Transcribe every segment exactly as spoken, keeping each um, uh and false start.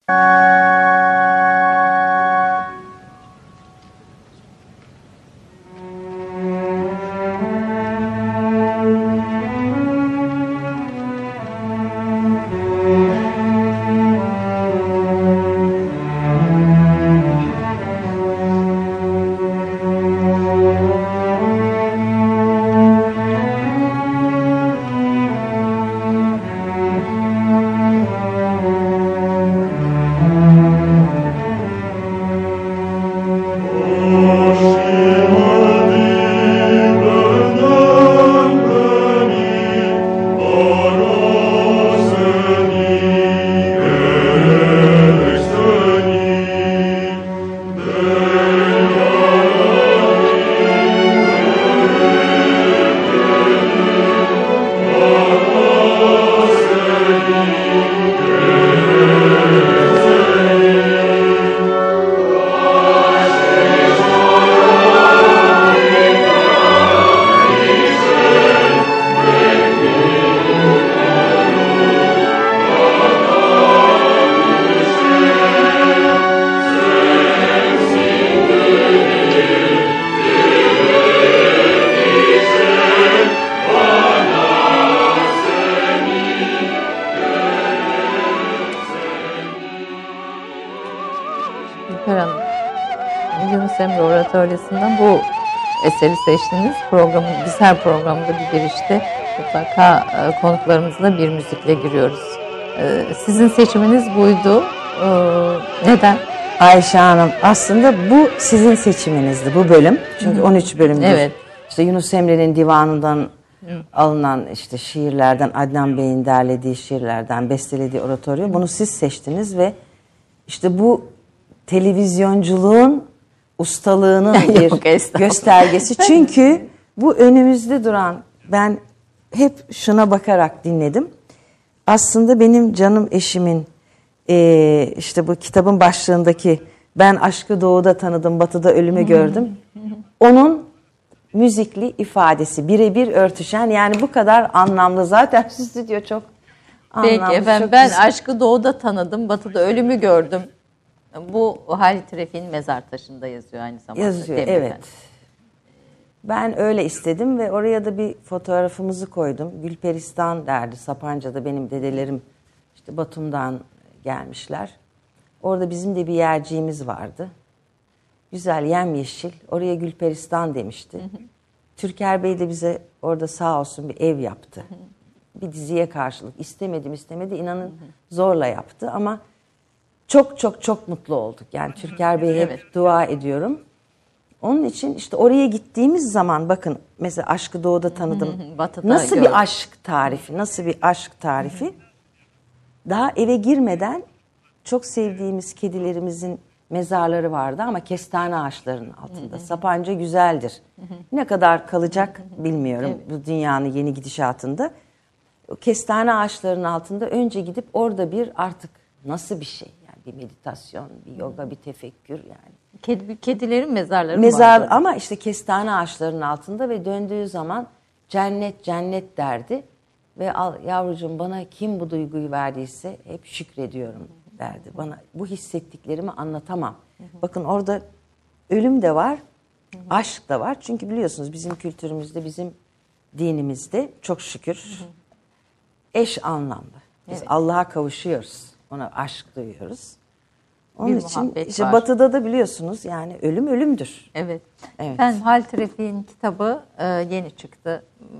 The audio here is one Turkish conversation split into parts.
Gülper Hanım, Yunus Emre Oratöryası'ndan bu eseri seçtiniz. Programın, biz her programda bir girişte mutlaka e, konuklarımızla bir müzikle giriyoruz. E, sizin seçiminiz buydu. E, neden? Ayşe Hanım, aslında bu sizin seçiminizdi bu bölüm. Çünkü on üç bölümdür. Evet. İşte Yunus Emre'nin divanından Hı. alınan işte şiirlerden, Adnan Bey'in derlediği şiirlerden bestelediği oratoryo. Bunu siz seçtiniz ve işte bu televizyonculuğun ustalığının bir Yok, göstergesi. Çünkü bu önümüzde duran, ben hep şuna bakarak dinledim. Aslında benim canım eşimin e, işte bu kitabın başlığındaki ben aşkı doğuda tanıdım, batıda ölümü gördüm. Onun müzikli ifadesi birebir örtüşen, yani bu kadar anlamlı. Zaten stüdyo çok anlamlı. Peki efendim, çok ben güzel. aşkı doğuda tanıdım, batıda ölümü gördüm. Bu Halit Refik'in mezar taşında yazıyor aynı zamanda. Yazıyor, evet. Efendim? Ben öyle istedim ve oraya da bir fotoğrafımızı koydum. Gülperistan derdi. Sapanca'da benim dedelerim işte Batum'dan gelmişler. Orada bizim de bir yerciğimiz vardı. Güzel, yemyeşil. Oraya Gülperistan demişti. Hı hı. Türker Bey de bize orada sağ olsun bir ev yaptı. Hı hı. Bir diziye karşılık. İstemedim istemedi. İnanın hı hı. zorla yaptı ama çok çok çok mutlu olduk. Yani Türker Bey'e hep evet. dua ediyorum. Onun için işte oraya gittiğimiz zaman bakın mesela Aşkı Doğu'da tanıdım. Batı'da nasıl gördüm. bir aşk tarifi, nasıl bir aşk tarifi. Daha eve girmeden çok sevdiğimiz kedilerimizin mezarları vardı ama kestane ağaçlarının altında. Sapanca güzeldir. Ne kadar kalacak bilmiyorum evet. bu dünyanın yeni gidişatında. O kestane ağaçlarının altında önce gidip orada bir artık nasıl bir şey? Yani bir meditasyon, bir yoga, bir tefekkür yani. Kedi, kedilerin mezarları Mezar vardı. Ama işte kestane ağaçlarının altında ve döndüğü zaman cennet cennet derdi. Ve al yavrucuğum, bana kim bu duyguyu verdiyse hep şükrediyorum derdi. Bana bu hissettiklerimi anlatamam. Hı hı. Bakın orada ölüm de var, hı hı. aşk da var. Çünkü biliyorsunuz bizim kültürümüzde, bizim dinimizde çok şükür hı hı. eş anlamlı. Biz evet. Allah'a kavuşuyoruz. Ona aşk duyuyoruz. Onun bir için işte var. Batı'da da biliyorsunuz yani ölüm ölümdür. Evet. evet. Ben Halit Refik'in kitabı e, yeni çıktı.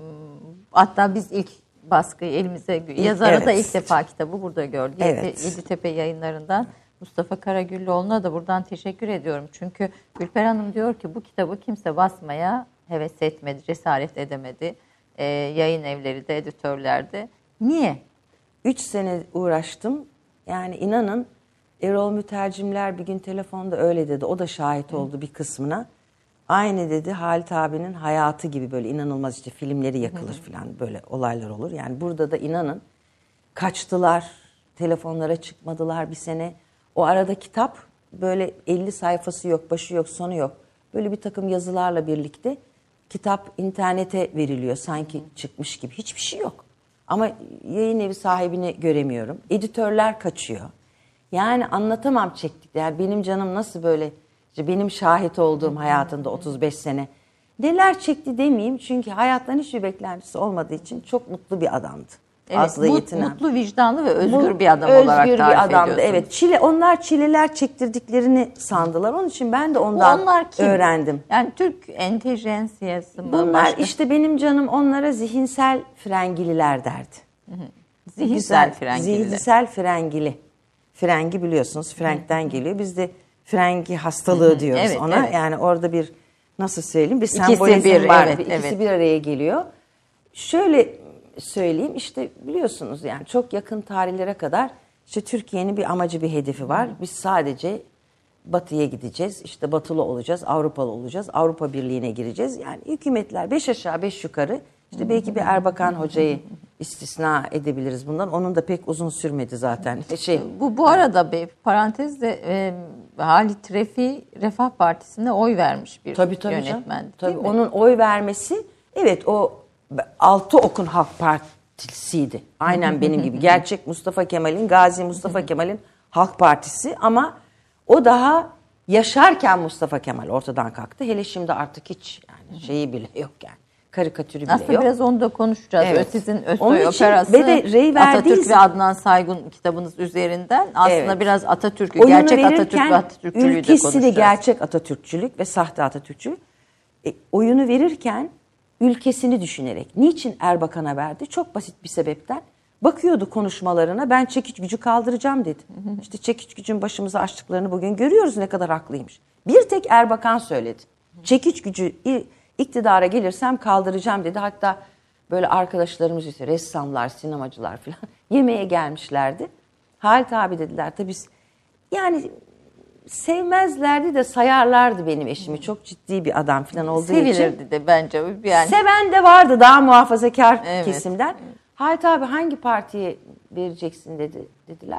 Hatta biz ilk baskıyı elimize, yazarı evet. da ilk defa kitabı burada gördü. Evet. Yeditepe Yayınları'ndan Mustafa Karagüllüoğlu'na da buradan teşekkür ediyorum. Çünkü Gülper Hanım diyor ki bu kitabı kimse basmaya heves etmedi, cesaret edemedi. E, yayın evleri de, editörler de. Niye? Üç sene uğraştım. Yani inanın Erol Mütercimler bir gün telefonda öyle dedi. O da şahit oldu bir kısmına. Aynı dedi Halit abinin hayatı gibi böyle inanılmaz işte filmleri yakılır falan böyle olaylar olur. Yani burada da inanın kaçtılar, telefonlara çıkmadılar bir sene. O arada kitap böyle elli sayfası yok, başı yok, sonu yok. Böyle bir takım yazılarla birlikte kitap internete veriliyor sanki çıkmış gibi. Hiçbir şey yok. Ama yayın evi sahibini göremiyorum. Editörler kaçıyor. Yani anlatamam çektikler. Benim canım nasıl böyle, işte benim şahit olduğum hayatında otuz beş sene neler çekti demeyeyim. Çünkü hayattan hiçbir beklentisi olmadığı için çok mutlu bir adamdı. Evet, Azla mut, yetinen. Mutlu, vicdanlı ve özgür Bu, bir adam özgür olarak tarif bir adamdı. ediyorsunuz. Evet, çile, onlar çileler çektirdiklerini sandılar. Onun için ben de ondan onlar kim? öğrendim. Yani Türk entelijensiyası mı? Bunlar başka? işte benim canım onlara zihinsel frengililer derdi. Hı hı. Zihinsel Güzel, frengililer. Zihinsel frengili. Frengi biliyorsunuz Frenk'ten geliyor. Biz de frengi hastalığı Hı hı. diyoruz Evet, ona. evet. Yani orada bir nasıl söyleyeyim bir İkisi sembolizm bir, var. evet, İkisi evet. bir araya geliyor. Şöyle söyleyeyim işte biliyorsunuz yani çok yakın tarihlere kadar işte Türkiye'nin bir amacı bir hedefi var. Biz sadece Batı'ya gideceğiz. İşte Batılı olacağız, Avrupalı olacağız. Avrupa Birliği'ne gireceğiz. Yani hükümetler beş aşağı beş yukarı işte belki bir Erbakan Hoca'yı istisna edebiliriz bundan. Onun da pek uzun sürmedi zaten. Şey, Bu bu arada bir parantezde e, Halit Refi Refah Partisi'ne oy vermiş bir tabii, tabii yönetmen. Canım. Tabii onun oy vermesi evet o Altı Ok'un Halk Partisi'ydi. Aynen benim gibi. Gerçek Mustafa Kemal'in, Gazi Mustafa Kemal'in Halk Partisi ama o daha yaşarken Mustafa Kemal ortadan kalktı. Hele şimdi artık hiç yani şeyi bile yok yani. Karikatürü bile Aslında yok. biraz onu da konuşacağız. Evet. Sizin Onun Özsoy için Operası ve de rey Atatürk verdiği- ve Adnan Saygun kitabınız üzerinden aslında Evet. biraz Atatürk'ü, Oyunu gerçek Atatürk verirken ve Atatürkçülüğü de ülkesi konuşacağız. de gerçek Atatürkçülük ve sahte Atatürkçülük. E, oyunu verirken ülkesini düşünerek. Niçin Erbakan'a verdi? Çok basit bir sebepten. Bakıyordu konuşmalarına ben çekiç gücü kaldıracağım dedi. İşte çekiç gücün başımıza açtıklarını bugün görüyoruz ne kadar haklıymış. Bir tek Erbakan söyledi. Çekiç gücü iktidara gelirsem kaldıracağım dedi. Hatta böyle arkadaşlarımız işte ressamlar, sinemacılar falan yemeğe gelmişlerdi. Halit abi dediler tabii yani sevmezlerdi de sayarlardı benim eşimi. Çok ciddi bir adam falan olduğu Sevilirdi için. Sevilirdi de bence. Yani. Seven de vardı daha muhafazakar Evet. kesimden. Halit abi hangi partiye vereceksin dedi dediler.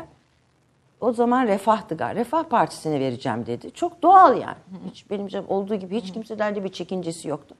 O zaman Refah'tı galiba. Refah Partisi'ne vereceğim dedi. Çok doğal yani. Hiç benim canım olduğu gibi hiç kimseden de bir çekincesi yoktu.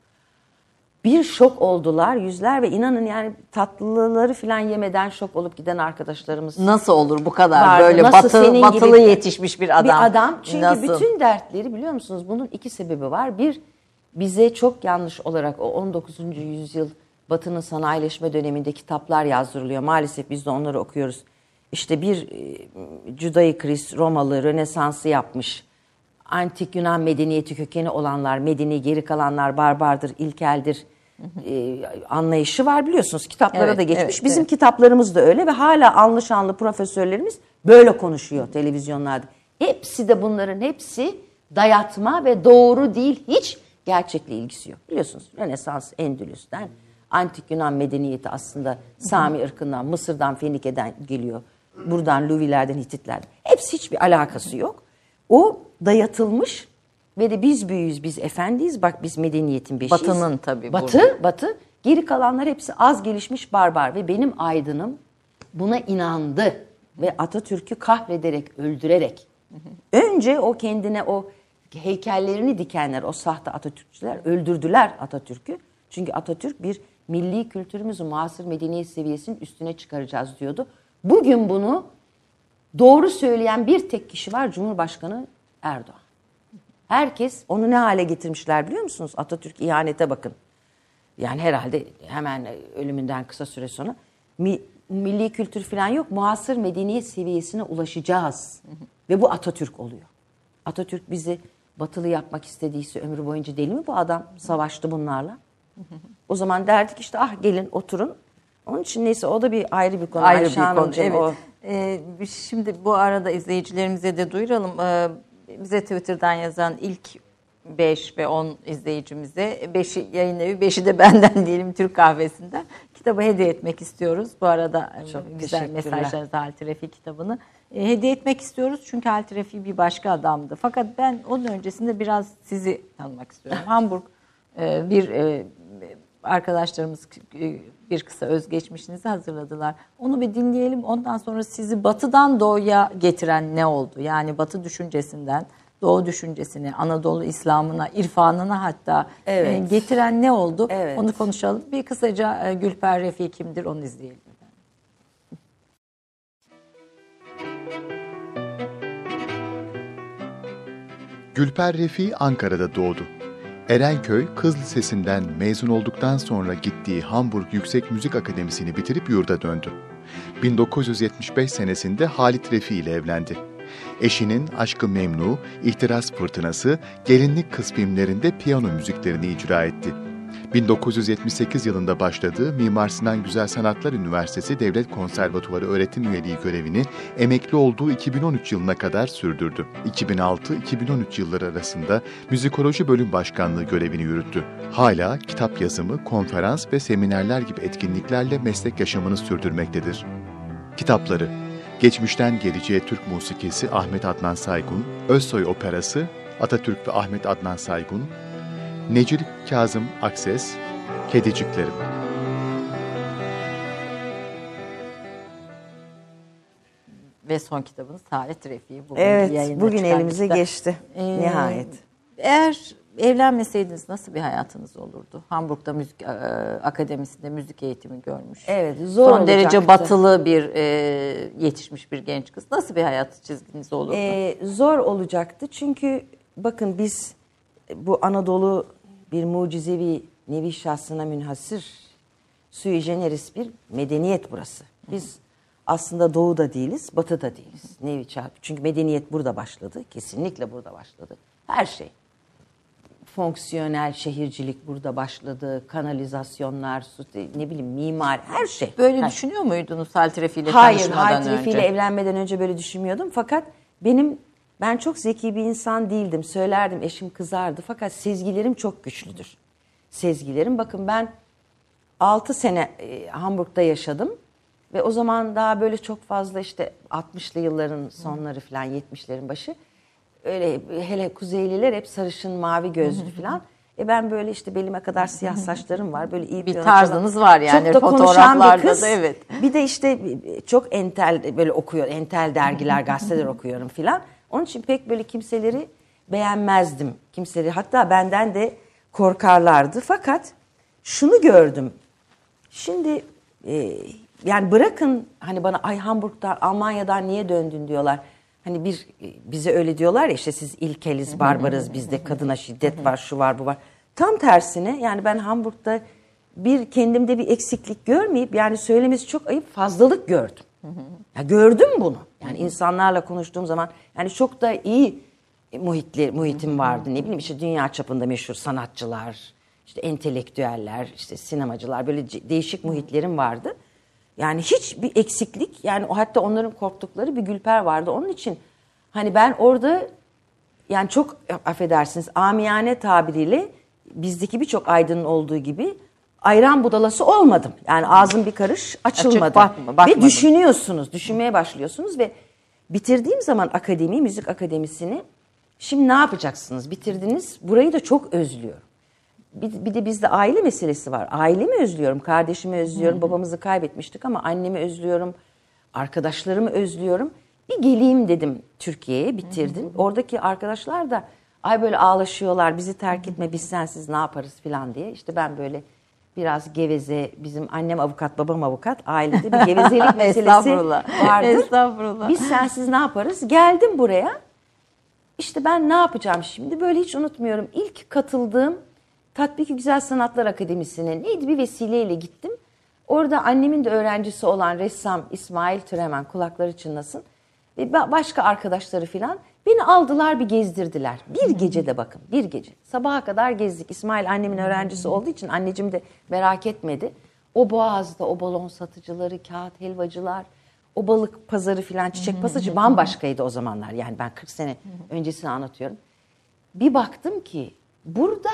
Bir şok oldular yüzler ve inanın yani tatlıları falan yemeden şok olup giden arkadaşlarımız. Nasıl olur bu kadar vardı. böyle Nasıl batı, batılı gibi yetişmiş bir adam? Bir adam çünkü Nasıl? bütün dertleri biliyor musunuz bunun iki sebebi var. Bir bize çok yanlış olarak o on dokuzuncu yüzyıl Batı'nın sanayileşme döneminde kitaplar yazdırılıyor. Maalesef biz de onları okuyoruz. İşte bir e, Judaikris Romalı Rönesans'ı yapmış. Antik Yunan medeniyeti kökeni olanlar, medeni geri kalanlar barbardır, ilkeldir e, anlayışı var biliyorsunuz. Kitaplara evet, da geçmiş. Evet, Bizim evet. kitaplarımız kitaplarımız da öyle ve hala anlı şanlı profesörlerimiz böyle konuşuyor televizyonlarda. Hepsi de bunların hepsi dayatma ve doğru değil. Hiç gerçekle ilgisi yok. Biliyorsunuz Rönesans Endülüs'ten, Antik Yunan medeniyeti aslında Sami ırkından, Mısır'dan, Fenike'den geliyor. Buradan Luvilerden, Hititlerden. Hepsi hiçbir alakası yok. O dayatılmış ve de biz büyüğüz, biz efendiyiz. Bak biz medeniyetin beşiyiz. Batı'nın tabii Batı, burada. Batı. Geri kalanlar hepsi az gelişmiş barbar ve benim aydınım buna inandı ve Atatürk'ü kahrederek, öldürerek. Önce o kendine o heykellerini dikenler, o sahte Atatürkçüler öldürdüler Atatürk'ü. Çünkü Atatürk bir milli kültürümüzü muasır medeniyet seviyesinin üstüne çıkaracağız diyordu. Bugün bunu doğru söyleyen bir tek kişi var, Cumhurbaşkanı Erdoğan. Herkes onu ne hale getirmişler biliyor musunuz? Atatürk ihanete bakın. Yani herhalde hemen ölümünden kısa süre sonra mi, milli kültür falan yok. Muasır medeniyet seviyesine ulaşacağız. Ve bu Atatürk oluyor. Atatürk bizi batılı yapmak istediyse ömrü boyunca deli mi bu adam? Savaştı bunlarla. O zaman derdik işte ah gelin oturun. Onun için neyse o da bir ayrı bir konu. Ayrı Ayşe bir konu. Hanımcığım, Evet. o... Ee, şimdi bu arada izleyicilerimize de duyuralım. Ee, bize Twitter'dan yazan ilk beş ve on izleyicimize beşi yayın evi, beşi de benden diyelim Türk Kahvesi'nden kitabı hediye etmek istiyoruz. Bu arada Çok güzel mesajlarınızı Halit Refi kitabını e, hediye etmek istiyoruz. Çünkü Halit Refi bir başka adamdı. Fakat ben onun öncesinde biraz sizi tanımak istiyorum. Hamburg e, bir e, arkadaşlarımız e, bir kısa özgeçmişinizi hazırladılar. Onu bir dinleyelim. Ondan sonra sizi batıdan doğuya getiren ne oldu? Yani batı düşüncesinden doğu düşüncesine, Anadolu İslam'ına, irfanına hatta Evet. e, getiren ne oldu? Evet. Onu konuşalım. Bir kısaca e, Gülper Refi kimdir onu izleyelim. Gülper Refik Ankara'da doğdu. Erenköy Kız Lisesi'nden mezun olduktan sonra gittiği Hamburg Yüksek Müzik Akademisi'ni bitirip yurda döndü. bin dokuz yüz yetmiş beş senesinde Halit Refik ile evlendi. Eşinin Aşk-ı Memnu, İhtiras Fırtınası, Gelinlik Kız filmlerinde piyano müziklerini icra etti. bin dokuz yüz yetmiş sekiz yılında başladığı Mimar Sinan Güzel Sanatlar Üniversitesi Devlet Konservatuvarı öğretim üyeliği görevini emekli olduğu iki bin on üç yılına kadar sürdürdü. iki bin altı iki bin on üç yılları arasında Müzikoloji Bölüm Başkanlığı görevini yürüttü. Hala kitap yazımı, konferans ve seminerler gibi etkinliklerle meslek yaşamını sürdürmektedir. Kitapları: Geçmişten Geleceğe Türk Musikisi Ahmet Adnan Saygun, Özsoy Operası Atatürk ve Ahmet Adnan Saygun, Necip Kazım Akses, Kediciklerim. Ve son kitabınız Halit Refik'i bugün evet, yayında bugün çıkan elimize kitap. geçti ee, nihayet. Eğer evlenmeseydiniz nasıl bir hayatınız olurdu? Hamburg'da müzik e, akademisinde müzik eğitimi görmüş. Evet, zor Son olacaktı. derece batılı bir e, yetişmiş bir genç kız. Nasıl bir hayat çizginiz olurdu? Ee, zor olacaktı çünkü bakın biz bu Anadolu bir mucizevi nevi şahsına münhasır sui generis bir medeniyet burası. Biz aslında doğuda değiliz, batıda değiliz. Nevi çarpı. Çünkü medeniyet burada başladı. Kesinlikle burada başladı. Her şey. Fonksiyonel şehircilik burada başladı. Kanalizasyonlar, su, ne bileyim mimar, her şey. Böyle her düşünüyor muydunuz Halit Refik ile Hayır, tanışmadan Halit önce? Refik ile evlenmeden önce böyle düşünmüyordum. Fakat benim ben çok zeki bir insan değildim. Söylerdim, eşim kızardı. Fakat sezgilerim çok güçlüdür. Sezgilerim. Bakın ben altı sene e, Hamburg'da yaşadım. Ve o zaman daha böyle çok fazla işte altmışlı yılların sonları falan, yetmişlerin başı. Öyle hele Kuzeyliler hep sarışın, mavi gözlü falan. E ben böyle işte belime kadar siyah saçlarım var. Böyle iyi bir tarzınız falan var yani çok da konuşan bir kız. Da, evet. Bir de işte çok entel böyle okuyor, entel dergiler, gazeteler okuyorum falan. Onun için pek böyle kimseleri beğenmezdim. Kimseleri hatta benden de korkarlardı. Fakat şunu gördüm. Şimdi e, yani bırakın hani bana ay Hamburg'dan, Almanya'dan niye döndün diyorlar. Hani bir bize öyle diyorlar ya işte siz ilkeliz, barbarız, bizde kadına şiddet var, şu var, bu var. Tam tersine yani ben Hamburg'da bir kendimde bir eksiklik görmeyip yani söylemesi çok ayıp fazlalık gördüm. Ya gördüm bunu. Yani insanlarla konuştuğum zaman yani çok da iyi muhitli, muhitim vardı. Ne bileyim işte dünya çapında meşhur sanatçılar, işte entelektüeller, işte sinemacılar böyle değişik muhitlerim vardı. Yani hiç bir eksiklik yani o hatta onların korktukları bir Gülper vardı. Onun için hani ben orada yani çok affedersiniz amiyane tabiriyle bizdeki birçok aydının olduğu gibi ayran budalası olmadım. Yani ağzım bir karış açılmadı. Açık bakma, bakmadım. Ve düşünüyorsunuz, düşünmeye başlıyorsunuz ve bitirdiğim zaman akademi, müzik akademisini şimdi ne yapacaksınız? Bitirdiniz. Burayı da çok özlüyorum. Bir, bir de bizde aile meselesi var. Ailemi özlüyorum, kardeşimi özlüyorum, babamızı kaybetmiştik ama annemi özlüyorum, arkadaşlarımı özlüyorum. Bir geleyim dedim Türkiye'ye, bitirdim. Oradaki arkadaşlar da ay böyle ağlaşıyorlar, bizi terk etme, biz sensiz ne yaparız falan diye. İşte ben böyle biraz geveze, bizim annem avukat, babam avukat, ailede bir gevezelik meselesi vardır. Estağfurullah. Biz sensiz ne yaparız? Geldim buraya. İşte ben ne yapacağım şimdi? Böyle hiç unutmuyorum. İlk katıldığım Tatbiki Güzel Sanatlar Akademisi'ne neydi bir vesileyle gittim. Orada annemin de öğrencisi olan ressam İsmail Türemen, kulakları çınlasın, ve başka arkadaşları filan beni aldılar bir gezdirdiler. Bir gecede bakın, bir gece. Sabaha kadar gezdik. İsmail annemin öğrencisi olduğu için anneciğim de merak etmedi. O Boğaz'da o balon satıcıları, kağıt helvacılar, o balık pazarı filan, çiçek pasajı bambaşkaydı o zamanlar. Yani ben kırk sene öncesini anlatıyorum. Bir baktım ki burada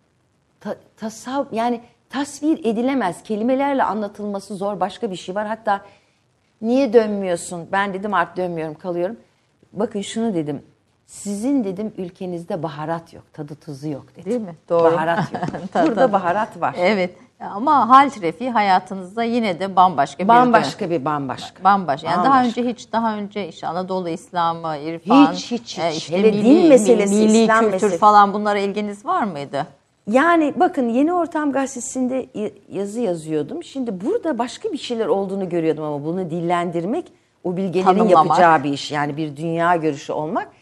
ta, tasav yani tasvir edilemez, kelimelerle anlatılması zor başka bir şey var. Hatta niye dönmüyorsun? Ben dedim artık dönmüyorum, kalıyorum. Bakın şunu dedim. Sizin dedim ülkenizde baharat yok, tadı tuzu yok dedim. Değil mi? Doğru. Baharat yok. Burada baharat var. Evet. Ama Halit Refik hayatınızda yine de bambaşka bir bambaşka bir bambaşka. Bambaşka. Yani bambaşka. daha önce hiç daha önce işte Anadolu İslamı, İrfan, hiç hiç hiç. E, işte Hele milli, din meselesi, milli İslam kültür meselesi falan bunlara ilginiz var mıydı? Yani bakın Yeni Ortam Gazetesi'nde yazı yazıyordum. Şimdi burada başka bir şeyler olduğunu görüyordum ama bunu dillendirmek o bilgelerin Tanımlamak. yapacağı bir iş. Yani bir dünya görüşü olmak.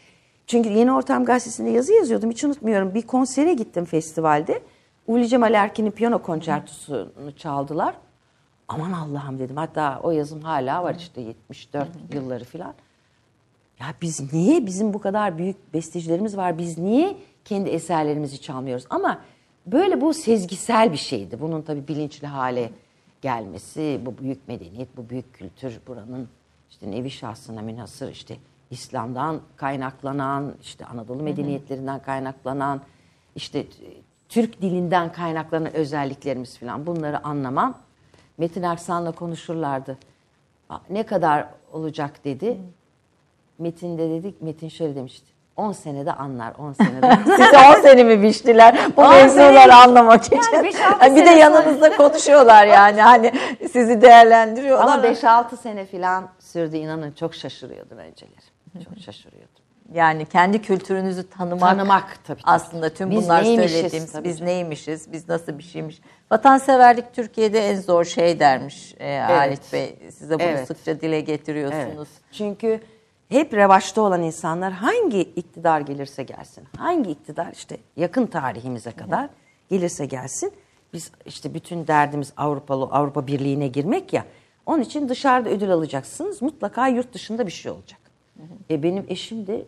Çünkü Yeni Ortam Gazetesi'nde yazı yazıyordum. Hiç unutmuyorum. Bir konsere gittim festivalde. Uli Cemal Erkin'in piyano konçertosunu çaldılar. Aman Allah'ım dedim. Hatta o yazım hala var işte yetmiş dört yılları falan. Ya biz niye, bizim bu kadar büyük bestecilerimiz var, biz niye kendi eserlerimizi çalmıyoruz? Ama böyle bu sezgisel bir şeydi. Bunun tabii bilinçli hale gelmesi, bu büyük medeniyet, bu büyük kültür, buranın işte nevi şahsına münhasır, işte İslam'dan kaynaklanan, işte Anadolu medeniyetlerinden kaynaklanan, işte Türk dilinden kaynaklanan özelliklerimiz falan, bunları anlamam. Metin Erksan'la konuşurlardı. Ne kadar olacak dedi. Metin de dedik, Metin şöyle demişti. on senede anlar, on senede. Size on sene mi biçtiler bu mevzuları anlamak için? Yani beş, bir de yanınızda konuşuyorlar yani. Hani sizi değerlendiriyorlar. Ama beş altı sene falan sürdü, inanın çok şaşırıyordum önceleri. Çok şaşırıyordum. Yani kendi kültürünüzü tanımak, tanımak tabii, tabii. Aslında tüm biz bunlar neymişiz, söylediğimiz, tabii. biz neymişiz, biz nasıl bir şeymiş. Vatanseverlik Türkiye'de en zor şey dermiş e, evet. Halit Bey. Size bunu evet. sıkça dile getiriyorsunuz. Evet. Çünkü hep revaçta olan insanlar hangi iktidar gelirse gelsin, hangi iktidar işte yakın tarihimize kadar gelirse gelsin, biz işte bütün derdimiz Avrupalı Avrupa Birliği'ne girmek ya, onun için dışarıda ödül alacaksınız, mutlaka yurt dışında bir şey olacak. Hı hı. E benim eşim de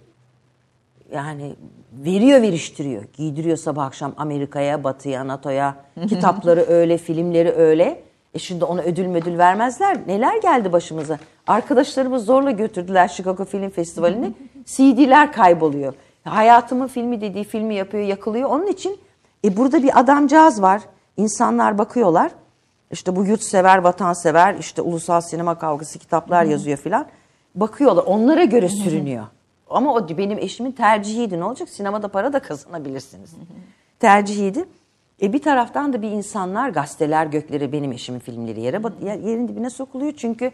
yani veriyor veriştiriyor, giydiriyor sabah akşam Amerika'ya, Batı'ya, NATO'ya, kitapları öyle, filmleri öyle. E şimdi ona ödül müdül vermezler. Neler geldi başımıza? Arkadaşlarımız zorla götürdüler Chicago Film Festivali'ne. C D'ler kayboluyor. Hayatımın filmi dediği filmi yapıyor, yakılıyor. Onun için e burada bir adamcağız var. İnsanlar bakıyorlar. İşte bu yurtsever, vatansever, işte ulusal sinema kavgası kitaplar yazıyor filan. Bakıyorlar. Onlara göre sürünüyor. Ama o benim eşimin tercihiydi. Ne olacak? Sinemada para da kazanabilirsiniz. Tercihiydi. E bir taraftan da bir insanlar, gazeteler gökleri, benim eşimin filmleri yere yerin dibine sokuluyor. Çünkü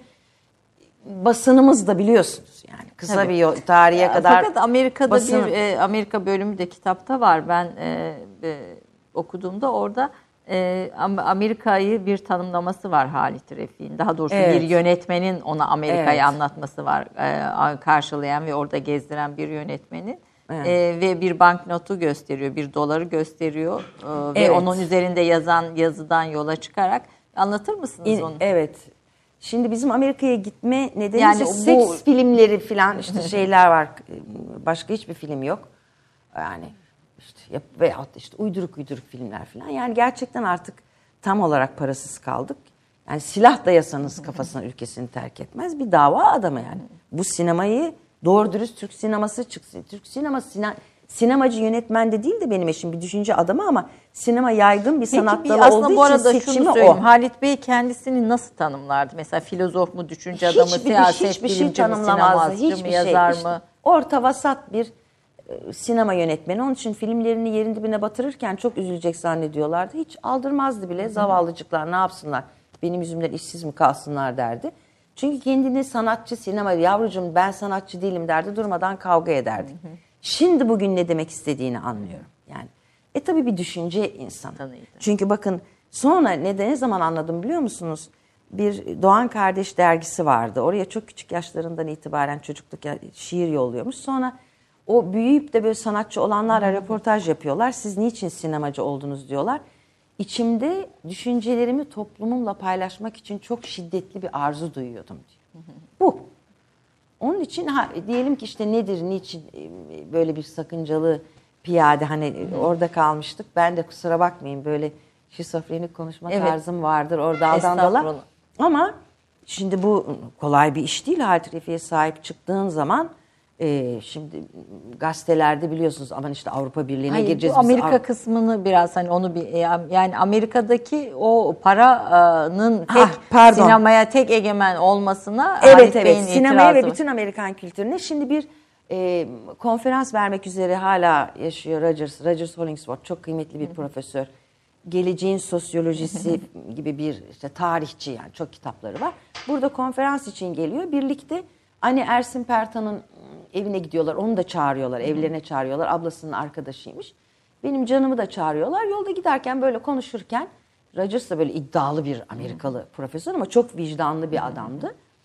basınımız da biliyorsunuz yani kısa Tabii. bir yol, tarihe ya, kadar. Fakat Amerika'da basın... bir e, Amerika bölümü de kitapta var. Ben e, e, okuduğumda orada e, Amerika'yı bir tanımlaması var Halit Refik'in. Daha doğrusu evet. bir yönetmenin ona Amerika'yı evet. anlatması var. E, karşılayan ve orada gezdiren bir yönetmenin. Evet. Ee, ve bir banknotu gösteriyor, bir doları gösteriyor ee, evet. ve onun üzerinde yazan yazıdan yola çıkarak anlatır mısınız İn, onu? Evet. Şimdi bizim Amerika'ya gitme nedeni yani seks bu... filmleri falan işte şeyler var. Başka hiçbir film yok. Yani işte veyahut işte uyduruk uyduruk filmler falan. Yani gerçekten artık tam olarak parasız kaldık. Yani silah dayasanız kafasına ülkesini terk etmez. Bir dava adamı yani. Bu sinemayı doğru dürüst Türk sineması çıksın. Türk sineması sine, sinemacı yönetmen de değil de benim eşim bir düşünce adamı ama sinema yaygın bir sanat dalı olduğu için seçimi o. Halit Bey kendisini nasıl tanımlardı? Mesela filozof mu, düşünce adamı, hiçbir, siyaset hiçbir bilimci şey mi, sinemacı hiçbir mı, yazar şey, mı? Işte, orta vasat bir e, sinema yönetmeni. Onun için filmlerini yerin dibine batırırken çok üzülecek zannediyorlardı. Hiç aldırmazdı bile. Zavallıcıklar ne yapsınlar? Benim yüzümden işsiz mi kalsınlar derdi. Çünkü kendini sanatçı, sinema, yavrucuğum ben sanatçı değilim derdi, durmadan kavga ederdik. Hı hı. Şimdi bugün ne demek istediğini anlıyorum. Yani e tabii bir düşünce insanı. Tanıydı. Çünkü bakın sonra ne, ne zaman anladım biliyor musunuz? Bir Doğan Kardeş dergisi vardı. Oraya çok küçük yaşlarından itibaren çocukluk şiir yolluyormuş. Sonra o büyüyüp de böyle sanatçı olanlarla hı hı. röportaj yapıyorlar. Siz niçin sinemacı oldunuz diyorlar. İçimde düşüncelerimi toplumumla paylaşmak için çok şiddetli bir arzu duyuyordum diyor. Hı hı. Bu. Onun için ha, diyelim ki işte nedir, niçin böyle bir sakıncalı piyade hani hı hı. orada kalmıştık. Ben de kusura bakmayın böyle şizofrenik konuşma evet. tarzım vardır orada aldandala. Ama şimdi bu kolay bir iş değil. Halit Refik'e sahip çıktığın zaman Ee, şimdi gazetelerde biliyorsunuz aman işte Avrupa Birliği'ne Hayır, gireceğiz. Bu Amerika biz, kısmını biraz hani onu bir yani Amerika'daki o paranın tek ha, sinemaya tek egemen olmasına evet Halit evet Bey'in sinemaya ve bütün Amerikan kültürüne şimdi bir e, konferans vermek üzere hala yaşıyor Rogers. Rogers Hollingsworth çok kıymetli bir profesör. Geleceğin sosyolojisi gibi bir işte tarihçi yani çok kitapları var. Burada konferans için geliyor. Birlikte Anne Ersin Pertan'ın evine gidiyorlar. Onu da çağırıyorlar. Evlerine çağırıyorlar. Ablasının arkadaşıymış. Benim canımı da çağırıyorlar. Yolda giderken böyle konuşurken Rogers da böyle iddialı bir Amerikalı profesör ama çok vicdanlı bir adamdı.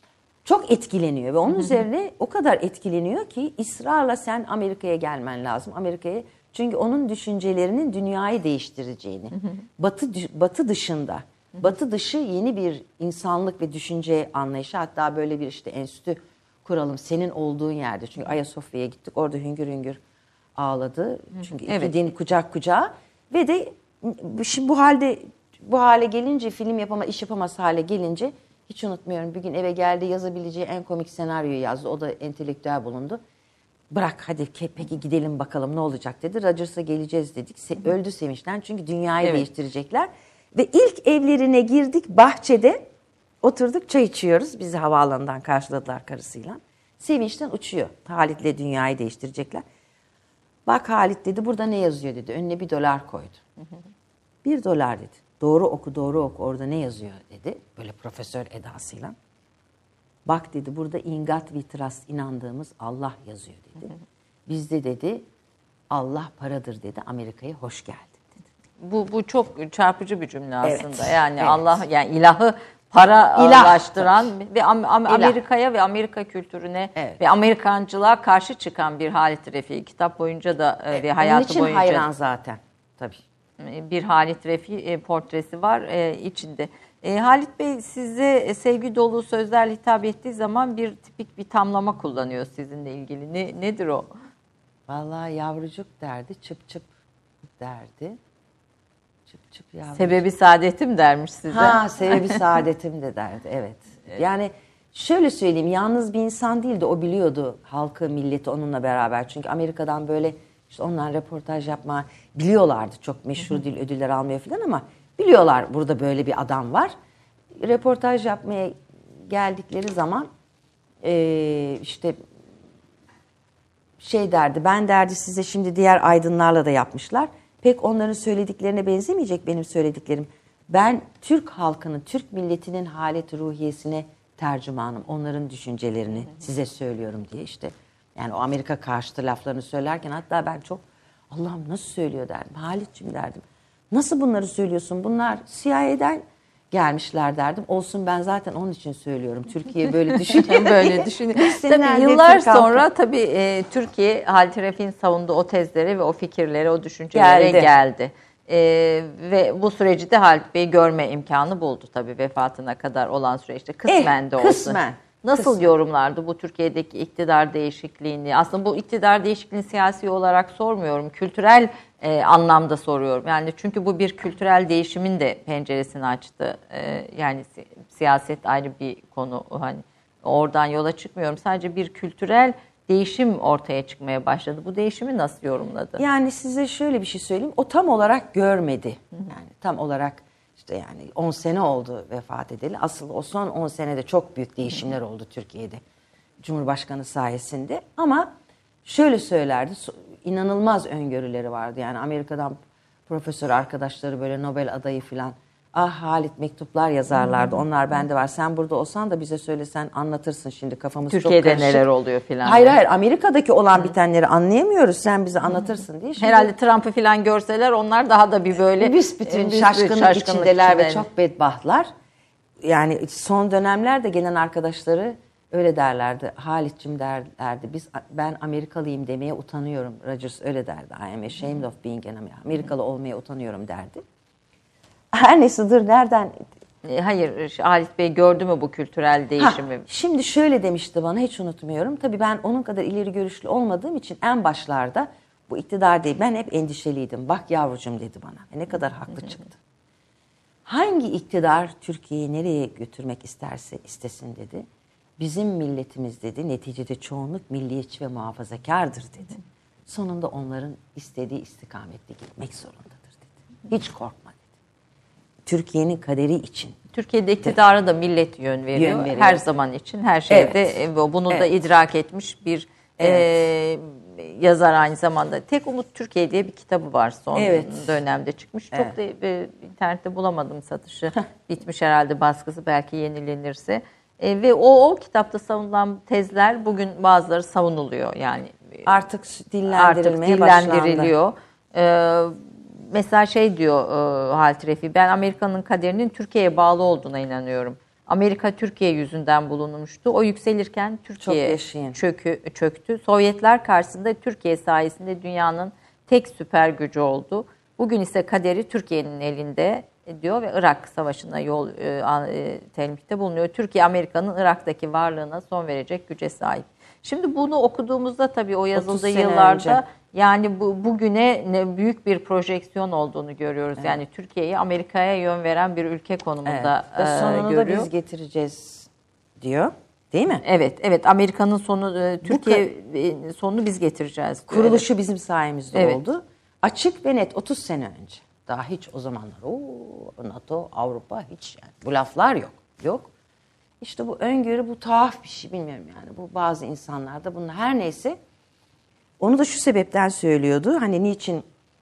çok etkileniyor ve onun üzerine o kadar etkileniyor ki ısrarla sen Amerika'ya gelmen lazım. Amerika'ya, çünkü onun düşüncelerinin dünyayı değiştireceğini. Batı Batı dışında, Batı dışı yeni bir insanlık ve düşünce anlayışı, hatta böyle bir işte enstitü kuralım senin olduğun yerde. Çünkü Ayasofya'ya gittik, orada hüngür hüngür ağladı. Çünkü iki Evet. din kucak kucağa ve de şimdi bu halde bu hale gelince, film yapama iş yapamaz hale gelince, hiç unutmuyorum, bir gün eve geldi, yazabileceği en komik senaryoyu yazdı. O da entelektüel bulundu. Bırak hadi peki gidelim bakalım ne olacak dedi. Rogers'a geleceğiz dedik. Se- öldü sevinçten, çünkü dünyayı Evet. değiştirecekler. Ve ilk evlerine girdik, bahçede oturduk, çay içiyoruz. Bizi havaalanından karşıladılar karısıyla. Sevinçten uçuyor. Halit'le dünyayı değiştirecekler. Bak Halit dedi, burada ne yazıyor dedi. Önüne bir dolar koydu. Bir dolar dedi. Doğru oku, doğru oku, orada ne yazıyor dedi. Böyle profesör edasıyla. Bak dedi, burada ingat vitras, inandığımız Allah yazıyor dedi. Bizde dedi Allah paradır dedi. Amerika'ya hoş geldin dedi. Bu bu çok çarpıcı bir cümle aslında. Evet, Yani evet. Allah, yani ilahı paralaştıran ve Am- Am- Amerika'ya ve Amerika kültürüne Evet. ve Amerikancılığa karşı çıkan bir Halit Refi. Kitap boyunca da e, ve hayatı Onun için boyunca hayran zaten. Tabii. bir Halit Refi e, portresi var e, içinde. E, Halit Bey size e, sevgi dolu sözlerle hitap ettiği zaman bir tipik bir tamlama kullanıyor sizinle ilgili. Ne, nedir o? Vallahi yavrucuk derdi, çıp çıp derdi. Çıp çıp yavrucuk. Sebebi saadetim dermiş size. Ha, sebebi saadetim de derdi, evet. Yani şöyle söyleyeyim, yalnız bir insan değildi, o biliyordu halkı, milleti onunla beraber. Çünkü Amerika'dan böyle işte onlar röportaj yapma biliyorlardı, çok meşhur değil, ödüller almıyor falan, ama biliyorlar burada böyle bir adam var. Röportaj yapmaya geldikleri zaman e, işte şey derdi, ben derdi size şimdi diğer aydınlarla da yapmışlar. Pek onların söylediklerine benzemeyecek benim söylediklerim. Ben Türk halkının, Türk milletinin haleti ruhiyesine tercümanım. Onların düşüncelerini size söylüyorum diye işte. Yani o Amerika karşıtı laflarını söylerken hatta ben çok Allah'ım nasıl söylüyor derdim. Halit'ciğim derdim. Nasıl bunları söylüyorsun? Bunlar C I A'den gelmişler derdim. Olsun, ben zaten onun için söylüyorum. Türkiye böyle düşünüyor. Böyle düşünüyor. Tabii yıllar sonra tabii e, Türkiye Halit Refi'nin savunduğu o tezlere ve o fikirlere, o düşüncelere geldi. geldi. E, ve bu süreci de Halit Bey görme imkanı buldu tabii vefatına kadar olan süreçte. Kısmen eh, de olsun. Kısmen. Nasıl Kısmen. yorumlardı bu Türkiye'deki iktidar değişikliğini? Aslında bu iktidar değişikliğini siyasi olarak sormuyorum. Kültürel e, anlamda soruyorum. Yani çünkü bu bir kültürel değişimin de penceresini açtı. E, yani si- siyaset ayrı bir konu. Hani oradan yola çıkmıyorum. Sadece bir kültürel değişim ortaya çıkmaya başladı. Bu değişimi nasıl yorumladı? Yani size şöyle bir şey söyleyeyim. O tam olarak görmedi. Yani tam olarak işte yani on sene oldu vefat edeli. Asıl o son on senede çok büyük değişimler oldu Türkiye'de. Cumhurbaşkanı sayesinde. Ama şöyle söylerdi. İnanılmaz öngörüleri vardı. Yani Amerika'dan profesör arkadaşları böyle Nobel adayı falan. Ah Halit mektuplar yazarlardı. Onlar bende var. Sen burada olsan da bize söylesen anlatırsın şimdi, kafamız Türkiye'de çok karışık. neler oluyor falan. Hayır hayır, Amerika'daki olan bitenleri anlayamıyoruz. Sen bize anlatırsın diye. Şimdi herhalde Trump'ı falan görseler onlar daha da bir böyle büsbütün büsbütün şaşkınlık, şaşkınlık içindeler ve içinde. çok bedbahtlar. Yani son dönemlerde gelen arkadaşları öyle derlerdi. Halit'cim derlerdi. Biz ben Amerikalıyım demeye utanıyorum. Rogers öyle derdi. I am ashamed of being an American. Amerikalı olmaya utanıyorum derdi. Her neyse, dur nereden? E, Hayır, Halit Bey gördü mü bu kültürel değişimi? Ha, şimdi şöyle demişti bana, hiç unutmuyorum. Tabii ben onun kadar ileri görüşlü olmadığım için en başlarda bu iktidar değil, ben hep endişeliydim. Bak yavrucuğum dedi bana. Ve ne kadar haklı çıktı. Hangi iktidar Türkiye'yi nereye götürmek isterse istesin dedi. Bizim milletimiz dedi, neticede çoğunluk milliyetçi ve muhafazakardır dedi. Sonunda onların istediği istikamette gitmek zorundadır dedi. Hiç korkma dedi. Türkiye'nin kaderi için. Türkiye'de iktidara da millet yön veriyor. Yön veriyor. Her zaman için, her şeyde. Evet. E, Bunu Evet. da idrak etmiş bir Evet. e, yazar aynı zamanda. Tek Umut Türkiye diye bir kitabı var, son Evet. dönemde çıkmış. Çok Evet. da e, internette bulamadım satışı. Bitmiş herhalde baskısı, belki yenilenirse. E, ve o, o kitapta savunulan tezler bugün bazıları savunuluyor. Yani Artık dillendirilmeye artık dillendiriliyor. Ee, mesela şey diyor e, Halit Refi, ben Amerika'nın kaderinin Türkiye'ye bağlı olduğuna inanıyorum. Amerika Türkiye yüzünden bulunmuştu. O yükselirken Türkiye çökü, çöktü. Sovyetler karşısında Türkiye sayesinde dünyanın tek süper gücü oldu. Bugün ise kaderi Türkiye'nin elinde diyor ve Irak Savaşı'na yol e, e, telmihte bulunuyor. Türkiye Amerika'nın Irak'taki varlığına son verecek güce sahip. Şimdi bunu okuduğumuzda tabii o yazıldığı yıllarda önce. Yani bu bugüne ne büyük bir projeksiyon olduğunu görüyoruz. Evet. Yani Türkiye'yi Amerika'ya yön veren bir ülke konumunda evet. Ve sonunu e, görüyor. da biz getireceğiz diyor. Değil mi? Evet, evet. Amerika'nın sonu e, Türkiye bu, sonunu biz getireceğiz diyor. Kuruluşu evet. bizim sayemizde evet. oldu. Açık ve net otuz sene önce. Daha hiç o zamanlar o NATO, Avrupa hiç yani bu laflar yok. Yok. İşte bu öngörü, bu tuhaf bir şey, bilmiyorum yani. Bu bazı insanlarda bunun her neyse. Onu da şu sebepten söylüyordu. Hani niçin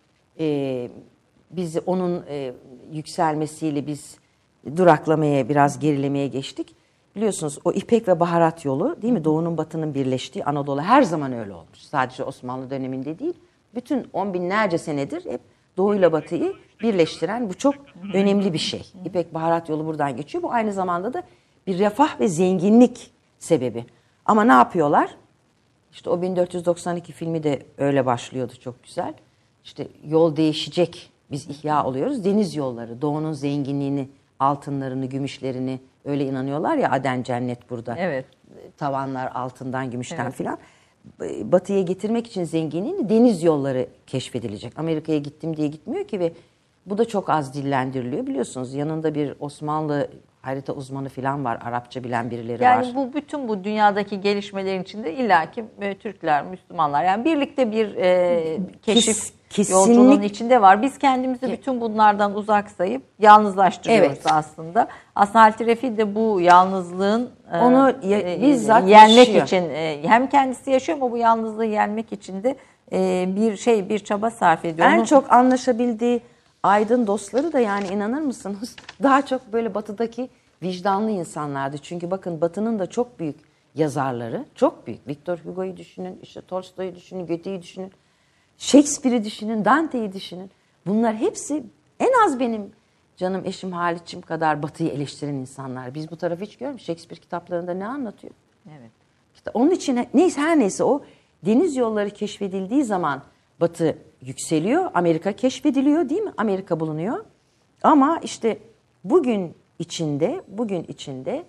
e, biz onun e, yükselmesiyle biz duraklamaya, biraz gerilemeye geçtik. Biliyorsunuz o İpek ve Baharat yolu değil mi? Doğu'nun Batı'nın birleştiği Anadolu her zaman öyle olmuş. Sadece Osmanlı döneminde değil. Bütün on binlerce senedir hep Doğu ile Batı'yı birleştiren bu çok önemli bir şey. İpek Baharat yolu buradan geçiyor. Bu aynı zamanda da bir refah ve zenginlik sebebi. Ama ne yapıyorlar? İşte o bin dört yüz doksan iki filmi de öyle başlıyordu, çok güzel. İşte yol değişecek, biz ihya oluyoruz. Deniz yolları, doğunun zenginliğini, altınlarını, gümüşlerini öyle inanıyorlar ya, Aden cennet burada. Evet. Tavanlar altından, gümüşten evet. filan. Batı'ya getirmek için zenginliğini deniz yolları keşfedilecek. Amerika'ya gittim diye gitmiyor ki ve bu da çok az dillendiriliyor. Biliyorsunuz yanında bir Osmanlı harita uzmanı falan var, Arapça bilen birileri yani var. Yani bu bütün bu dünyadaki gelişmelerin içinde illaki e, Türkler, Müslümanlar yani birlikte bir e, keşif Kes, yolculuğunun içinde var. Biz kendimizi bütün bunlardan uzak sayıp yalnızlaştırıyoruz evet. aslında. Aslında Halit Refi de bu yalnızlığın onu e, bizzat yenmek yaşıyor. için e, hem kendisi yaşıyor ama bu yalnızlığı yenmek için de e, bir şey bir çaba sarf ediyor. En Onu... çok anlaşabildiği aydın dostları da yani inanır mısınız? Daha çok böyle batıdaki vicdanlı insanlardı. Çünkü bakın Batı'nın da çok büyük yazarları, çok büyük. Victor Hugo'yu düşünün, işte Tolstoy'u düşünün, Goethe'yi düşünün, Shakespeare'i düşünün, Dante'yi düşünün. Bunlar hepsi en az benim canım eşim Halit'ciğim kadar Batı'yı eleştiren insanlar. Biz bu tarafı hiç görmüyoruz. Shakespeare kitaplarında ne anlatıyor? Evet. İşte onun için neyse her neyse o deniz yolları keşfedildiği zaman Batı yükseliyor. Amerika keşfediliyor değil mi? Amerika bulunuyor. Ama işte bugün içinde, bugün içinde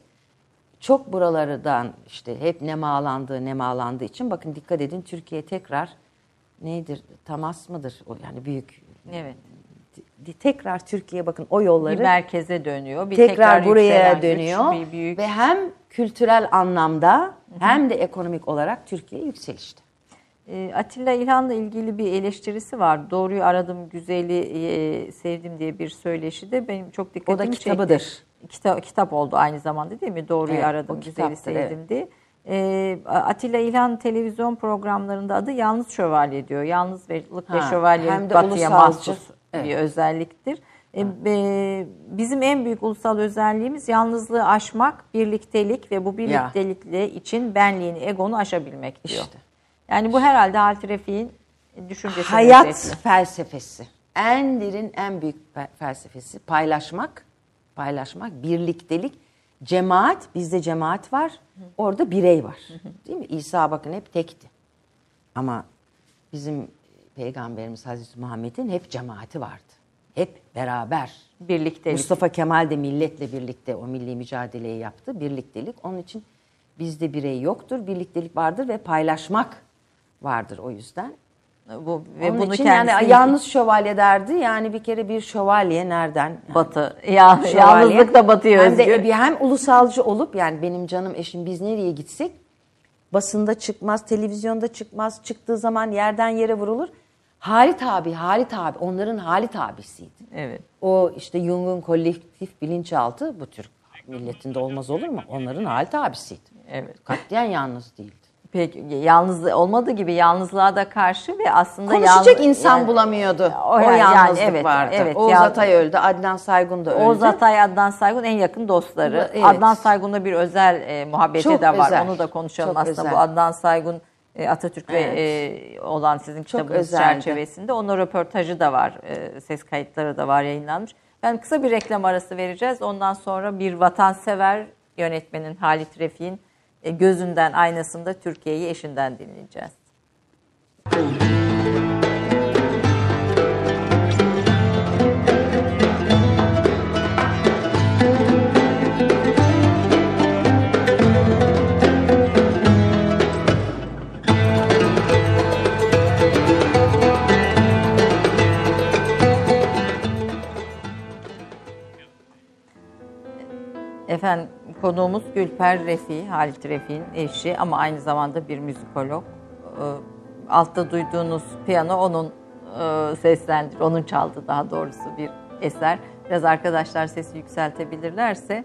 çok buralardan işte hep nemalandığı, nemalandığı için bakın dikkat edin Türkiye tekrar nedir? Tamas mıdır? O yani büyük. Evet. Tekrar Türkiye bakın o yolları bir merkeze dönüyor. Bir tekrar, tekrar buraya dönüyor güç, bir büyük... ve hem kültürel anlamda hı hı. hem de ekonomik olarak Türkiye yükselişte. Atilla İlhan'la ilgili bir eleştirisi var. Doğruyu aradım, güzeli e, sevdim diye bir söyleşi de benim çok dikkatimi çekti. O da kitabıdır. Çekti. Kitap, kitap oldu aynı zamanda değil mi? Doğruyu evet, aradım, güzeli sevdim evet. diye. E, Atilla İlhan televizyon programlarında adı Yalnız Şövalye diyor. Yalnızlık ve şövalyelik Batı'ya mahsus evet. bir özelliktir. E, e, bizim en büyük ulusal özelliğimiz yalnızlığı aşmak, birliktelik ve bu birliktelikle için benliğini, egonu aşabilmek diyor. İşte. Yani bu herhalde Halit Refik'in düşüncesi. Hayat özellikle. Felsefesi. En derin, en büyük felsefesi. Paylaşmak, paylaşmak, birliktelik, cemaat. Bizde cemaat var, orada birey var. Değil mi? İsa bakın hep tekti. Ama bizim Peygamberimiz Hazreti Muhammed'in hep cemaati vardı. Hep beraber. Birliktelik. Mustafa Kemal de milletle birlikte o milli mücadeleyi yaptı. Birliktelik. Onun için bizde birey yoktur, birliktelik vardır ve paylaşmak vardır o yüzden. Bu ve Onun bunu için kendisi yani yalnız şövalye derdi. Yani bir kere bir şövalye nereden? Yani Batı. Ya, yalnızlık da Batı'ya özgü. Hem de bir hem ulusalcı olup yani benim canım eşim biz nereye gitsek basında çıkmaz, televizyonda çıkmaz. Çıktığı zaman yerden yere vurulur. Halit abi, Halit abi onların Halit abisiydi. Evet. O işte Jung'un kolektif bilinçaltı bu Türk milletinde olmaz olur mu? Onların Halit abisiydi. Evet. Katliyen yalnız değildi. Peki yalnız olmadığı gibi yalnızlığa da karşı ve aslında konuşacak yalnız, insan yani, bulamıyordu. O, o yani, yalnızlık yani, evet, vardı. Evet, Oğuz yalnız, Atay öldü, Adnan Saygun da öldü. Oğuz Atay, Adnan Saygun en yakın dostları. Evet. Adnan Saygun'la bir özel e, muhabbeti çok de var. Özel. Onu da konuşalım çok aslında. Özel. Bu Adnan Saygun Atatürk ve evet. olan sizin kitabınız çerçevesinde. Onun röportajı da var, ses kayıtları da var, yayınlanmış. Ben kısa bir reklam arası vereceğiz. Ondan sonra bir vatansever yönetmenin Halit Refik'in gözünden, aynasında Türkiye'yi eşinden dinleyeceğiz. Efendim, konuğumuz Gülper Refik, Halit Refik'in eşi ama aynı zamanda bir müzikolog. Altta duyduğunuz piyano onun seslendir, onun çaldığı daha doğrusu bir eser. Biraz arkadaşlar sesi yükseltebilirlerse.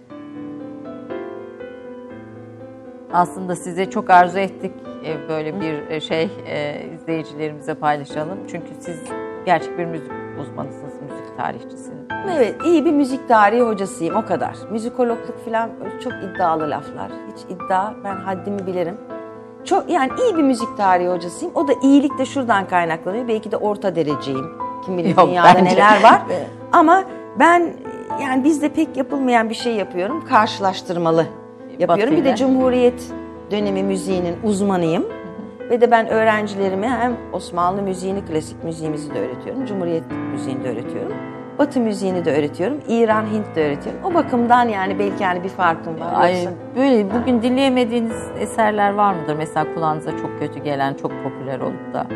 Aslında size çok arzu ettik böyle bir şey izleyicilerimize paylaşalım. Çünkü siz gerçek bir müzik uzmanısınız, müzik tarihçisiniz. Evet, iyi bir müzik tarihi hocasıyım, o kadar. Müzikologluk falan çok iddialı laflar. Hiç iddia, ben haddimi bilirim. Çok, yani iyi bir müzik tarihi hocasıyım. O da iyilik de şuradan kaynaklanıyor. Belki de orta dereceyim. Kim bilir Yok, dünyada bence. neler var. Ama ben, yani bizde pek yapılmayan bir şey yapıyorum. Karşılaştırmalı yapıyorum. Batıyla. Bir de Cumhuriyet dönemi müziğinin uzmanıyım. Hı hı. Ve de ben öğrencilerime hem Osmanlı müziğini, klasik müziğimizi de öğretiyorum. Cumhuriyet müziğini de öğretiyorum. Batı müziğini de öğretiyorum. İran, Hint de öğretiyorum. O bakımdan yani belki yani bir farkım var. Ay, böyle bugün dinleyemediğiniz eserler var mıdır? Mesela kulağınıza çok kötü gelen, çok popüler olup da.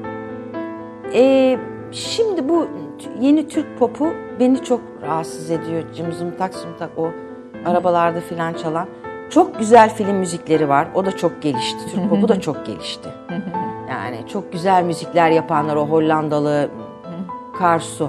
Ee, şimdi bu yeni Türk popu beni çok rahatsız ediyor. Cımzımtak zımtak o arabalarda filan çalan. Çok güzel film müzikleri var. O da çok gelişti. Türk popu da çok gelişti. Yani çok güzel müzikler yapanlar, o Hollandalı Karsu.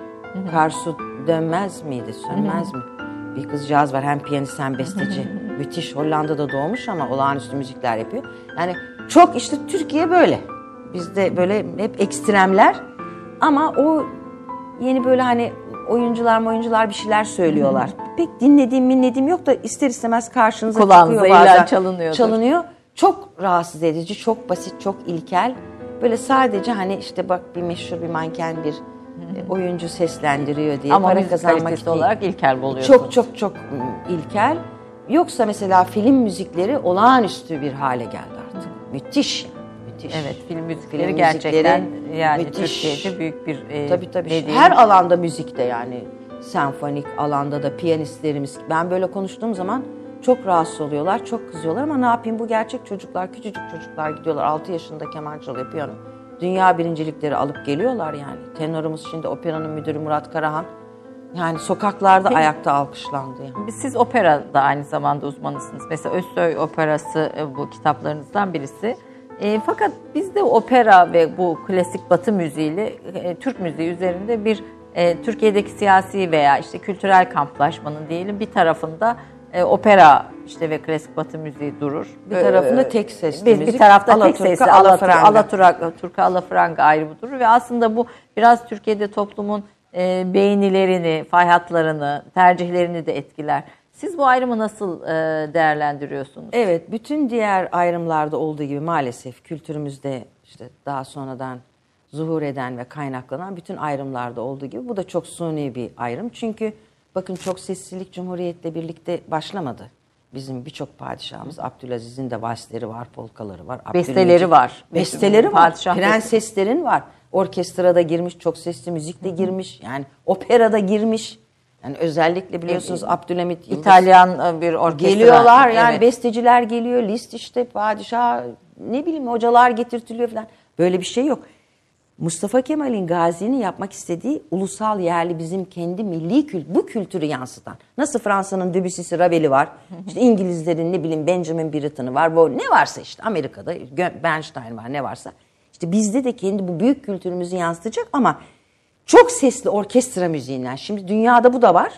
Karsu dönmez miydi, sönmez mi? Bir kızcağız var, hem piyanist hem besteci. Müthiş, Hollanda'da doğmuş ama olağanüstü müzikler yapıyor. Yani çok işte Türkiye böyle. Bizde böyle hep ekstremler. Ama o yeni böyle hani oyuncular oyuncular bir şeyler söylüyorlar. Pek dinlediğim dinlediğim yok da ister istemez karşınıza kulağınıza çıkıyor bazen. çalınıyordur. Çalınıyor. Çok rahatsız edici, çok basit, çok ilkel. Böyle sadece hani işte bak bir meşhur bir manken bir oyuncu seslendiriyor diye ama para kazanmak için olarak ilkel buluyorsunuz. Çok çok çok ilkel. Yoksa mesela film müzikleri olağanüstü bir hale geldi artık. Hı. Müthiş. Müthiş. Evet, film müzikleri film gerçekten müzikleri, yani müthiş. Türkiye'de büyük bir e, tabii tabii. Dediğimiz... Her alanda müzikte yani senfonik alanda da piyanistlerimiz. Ben böyle konuştuğum zaman çok rahatsız oluyorlar, çok kızıyorlar ama ne yapayım, bu gerçek çocuklar, küçücük çocuklar gidiyorlar altı yaşında keman çalıyor, piyano. Dünya birincilikleri alıp geliyorlar yani. Tenorumuz şimdi operanın müdürü Murat Karahan. Yani sokaklarda Peki, ayakta alkışlandı yani. Siz operada aynı zamanda uzmanısınız. Mesela Özsoy Operası bu kitaplarınızdan birisi. E, fakat bizde opera ve bu klasik Batı müziğiyle e, Türk müziği üzerinde bir e, Türkiye'deki siyasi veya işte kültürel kamplaşmanın diyelim bir tarafında e, opera işte ve klasik Batı müziği durur. Bir tarafında ee, tek sesli bir, müzik. Bir tarafta Alaturka, tek sesli Alaturka, Alaturka, Turka, Alafranga ayrı durur ve aslında bu biraz Türkiye'de toplumun e, beğenilerini, fay hatlarını, tercihlerini de etkiler. Siz bu ayrımı nasıl e, değerlendiriyorsunuz? Evet, bütün diğer ayrımlarda olduğu gibi maalesef kültürümüzde işte daha sonradan zuhur eden ve kaynaklanan bütün ayrımlarda olduğu gibi bu da çok suni bir ayrım. Çünkü bakın çok seslilik Cumhuriyet'le birlikte başlamadı. Bizim birçok padişahımız, Abdülaziz'in de valsleri var, polkaları var. Besteleri var. Besteleri var, prenseslerin var. Orkestrada girmiş, çok sesli müzik de girmiş. Yani operada girmiş. Yani özellikle biliyorsunuz evet. Abdülhamit Yıldız. İtalyan bir orkestra. Geliyorlar yani evet. Besteciler geliyor, Liszt işte padişah, ne bileyim hocalar getirtiliyor falan. Böyle bir şey yok. Mustafa Kemal'in Gazi'nin yapmak istediği ulusal yerli bizim kendi milli kült, bu kültürü yansıtan. Nasıl Fransa'nın Debussy'si, Ravel'i var. İşte İngilizlerin ne bileyim Benjamin Britten'ı var. Bu ne varsa işte Amerika'da Bernstein var ne varsa. İşte bizde de kendi bu büyük kültürümüzü yansıtacak ama çok sesli orkestra müziğinden. Şimdi dünyada bu da var.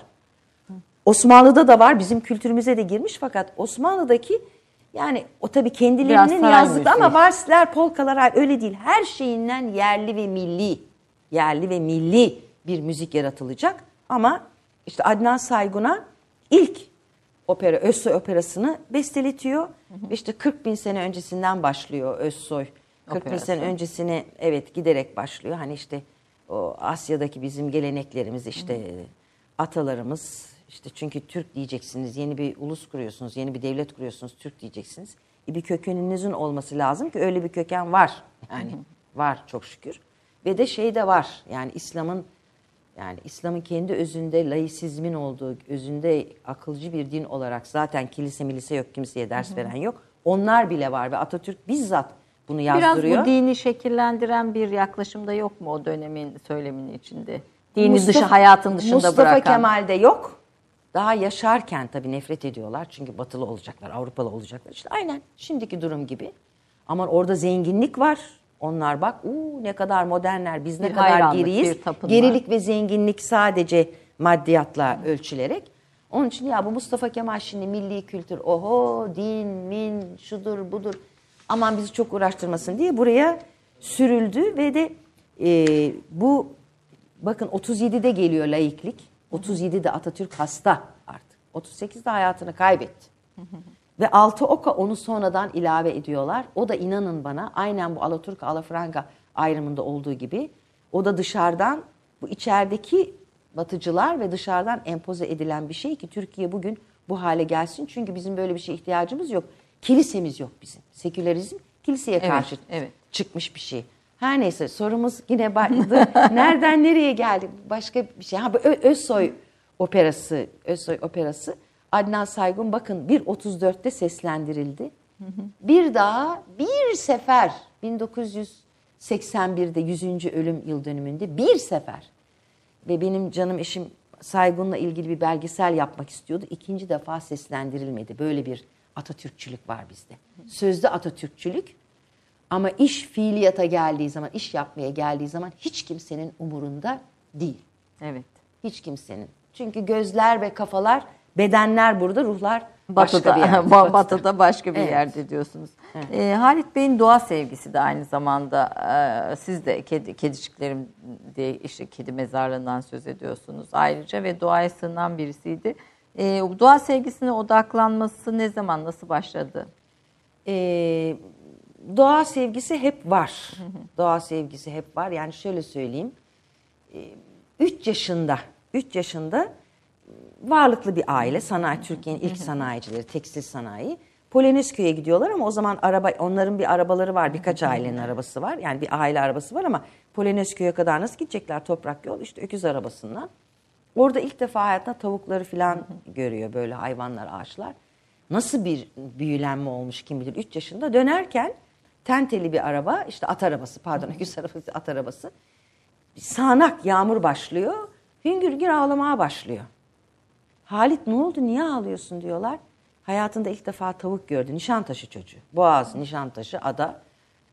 Osmanlı'da da var. Bizim kültürümüze de girmiş fakat Osmanlı'daki yani o tabii kendilerinin yazdığı ama valsler, polkalar öyle değil. Her şeyinden yerli ve milli, yerli ve milli bir müzik yaratılacak. Ama işte Adnan Saygun'a ilk opera, Özsoy operasını besteletiyor. Hı hı. İşte kırk bin sene öncesinden başlıyor Özsoy. kırk bin sene öncesine evet giderek başlıyor. Hani işte o Asya'daki bizim geleneklerimiz işte hı hı. atalarımız işte çünkü Türk diyeceksiniz, yeni bir ulus kuruyorsunuz, yeni bir devlet kuruyorsunuz, Türk diyeceksiniz. E bir kökeninizin olması lazım ki öyle bir köken var. Yani hı hı. var çok şükür. Ve de şey de var. Yani İslam'ın yani İslam'ın kendi özünde laisizmin olduğu, özünde akılcı bir din olarak zaten kilise milise yok, kimseye ders hı hı. veren yok. Onlar bile var ve Atatürk bizzat bunu yazdırıyor. Biraz bu dini şekillendiren bir yaklaşım da yok mu o dönemin söyleminin içinde? Dini Mustafa, dışı, hayatın dışında Mustafa bırakan. Mustafa Kemal'de yok. Daha yaşarken tabii nefret ediyorlar. Çünkü batılı olacaklar, Avrupalı olacaklar. İşte aynen şimdiki durum gibi. Ama orada zenginlik var. Onlar bak uuu ne kadar modernler, biz ne bir kadar geriyiz. Gerilik ve zenginlik sadece maddiyatla hmm. ölçülerek. Onun için ya bu Mustafa Kemal şimdi milli kültür, oho din, min, şudur budur. Aman bizi çok uğraştırmasın diye buraya sürüldü ve de e, bu bakın otuz yedide geliyor laiklik. otuz yedide Atatürk hasta artık. otuz sekizde hayatını kaybetti. Ve Altı Oka onu sonradan ilave ediyorlar. O da inanın bana aynen bu Alaturka Alafranga ayrımında olduğu gibi o da dışarıdan bu içerideki batıcılar ve dışarıdan empoze edilen bir şey ki Türkiye bugün bu hale gelsin. Çünkü bizim böyle bir şeye ihtiyacımız yok. Kilisemiz yok bizim. Sekülerizm kiliseye karşı evet, evet. çıkmış bir şey. Her neyse sorumuz yine vardı. Nereden nereye geldi? Başka bir şey. Ha, Özsoy operası, Özsoy operası. Adnan Saygun bakın bir otuz dörtte seslendirildi. Hı hı. Bir daha bir sefer bin dokuz yüz seksen birde yüzüncü ölüm yıl dönümünde bir sefer ve benim canım eşim Saygun'la ilgili bir belgesel yapmak istiyordu. İkinci defa seslendirilmedi. Böyle bir Atatürkçülük var bizde. Sözde Atatürkçülük ama iş fiiliyata geldiği zaman, iş yapmaya geldiği zaman hiç kimsenin umurunda değil. Evet. Hiç kimsenin. Çünkü gözler ve kafalar, bedenler burada, ruhlar başka batıda, bir yerde. Batıda, batıda başka bir evet. yerde diyorsunuz. Evet. E, Halit Bey'in doğa sevgisi de aynı zamanda e, siz de kedi, kediciklerim diye işte kedi mezarlığından söz ediyorsunuz ayrıca ve doğaya sığınan birisiydi. E, doğa sevgisine odaklanması ne zaman, nasıl başladı? E, doğa sevgisi hep var. Hı hı. Doğa sevgisi hep var. Yani şöyle söyleyeyim. üç yaşında, üç yaşında varlıklı bir aile, sanayi Türkiye'nin ilk sanayicileri, tekstil sanayi. Polonezköy'e gidiyorlar ama o zaman araba, onların bir arabaları var, birkaç ailenin arabası var. Yani bir aile arabası var ama Polonezköy'e kadar nasıl gidecekler? Toprak yol, işte öküz arabasından. Orada ilk defa hayatında tavukları falan görüyor, böyle hayvanlar, ağaçlar. Nasıl bir büyülenme olmuş kim bilir. üç yaşında dönerken tenteli bir araba, işte at arabası, pardon öküz arabası, at arabası. Sağanak yağmur başlıyor, hüngür hüngür ağlamaya başlıyor. Halit ne oldu, niye ağlıyorsun diyorlar. Hayatında ilk defa tavuk gördü. Nişantaşı çocuğu. Boğaz, Nişantaşı, ada.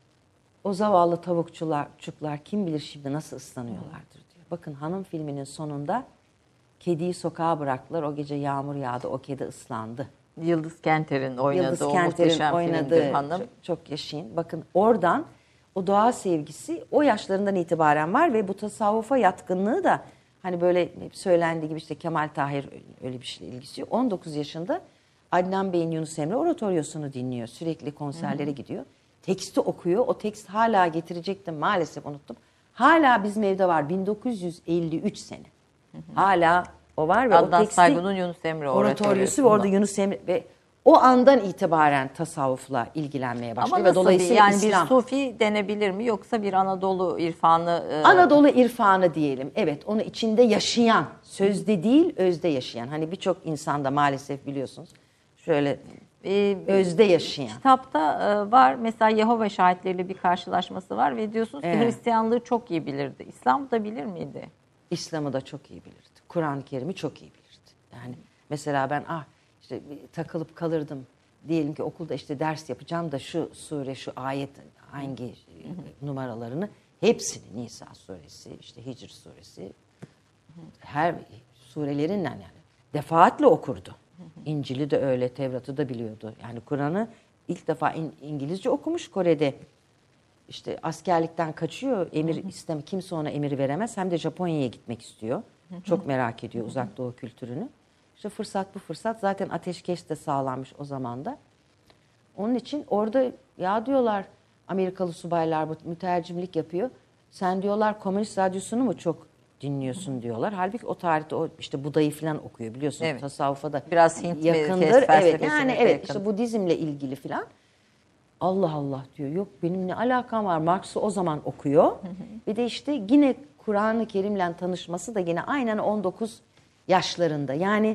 O zavallı tavukçular, çocuklar kim bilir şimdi nasıl ıslanıyorlardır diyor. Bakın Hanım filminin sonunda kediyi sokağa bıraktılar. O gece yağmur yağdı, o kedi ıslandı. Yıldız Kenter'in oynadığı Yıldız o Kenter'in muhteşem oynadığı Hanım. Çok, çok yaşayın. Bakın oradan o doğa sevgisi o yaşlarından itibaren var ve bu tasavvufa yatkınlığı da hani böyle hep söylendiği gibi işte Kemal Tahir öyle bir şeyle ilgisi yok. on dokuz yaşında Adnan Bey'in Yunus Emre Oratoryosunu dinliyor. Sürekli konserlere Hı-hı. gidiyor. Teksti okuyor. O tekst hala getirecektim. Maalesef unuttum. Hala bizim evde var. bin dokuz yüz elli üç sene. Hı-hı. Hala o var ve Adnan o teksti Saygun'un Yunus Emre Oratoryosu ve orada Yunus Emre ve o andan itibaren tasavvufla ilgilenmeye başlıyor. Ama ve dolayısıyla yani İslam, bir Sufi denebilir mi yoksa bir Anadolu irfanı? E... Anadolu irfanı diyelim. Evet, onu içinde yaşayan, sözde değil özde yaşayan. Hani birçok insanda maalesef biliyorsunuz şöyle e, özde yaşayan. Kitapta e, var mesela Yehova şahitleriyle bir karşılaşması var ve diyorsunuz ki evet. Hristiyanlığı çok iyi bilirdi. İslam da bilir miydi? İslam'ı da çok iyi bilirdi. Kur'an-ı Kerim'i çok iyi bilirdi. Yani mesela ben ah işte takılıp kalırdım. Diyelim ki okulda işte ders yapacağım da şu sure, şu ayet hangi hı hı. numaralarını hepsini Nisa suresi, işte Hicr suresi hı hı. her surelerinden yani defaatle okurdu. Hı hı. İncil'i de öyle, Tevrat'ı da biliyordu. Yani Kur'an'ı ilk defa in, İngilizce okumuş Kore'de. İşte askerlikten kaçıyor, emir istem kimse ona emir veremez. Hem de Japonya'ya gitmek istiyor. Hı hı. Çok merak ediyor Uzak Doğu kültürünü. İşte fırsat bu fırsat. Zaten ateşkes de sağlanmış o zaman da. Onun için orada ya diyorlar Amerikalı subaylar bu mütercimlik yapıyor. Sen diyorlar komünist radyosunu mu çok dinliyorsun diyorlar. Halbuki o tarihte o işte Buda'yı falan okuyor biliyorsun. Evet. Tasavvufa da biraz Hint yakındır. Evet yani evet yakın. İşte Budizmle ilgili falan. Allah Allah diyor. Yok benim ne alakam var. Marx'ı o zaman okuyor. Hı hı. Bir de işte yine Kur'an-ı Kerim'le tanışması da yine aynen on dokuz yaşlarında. Yani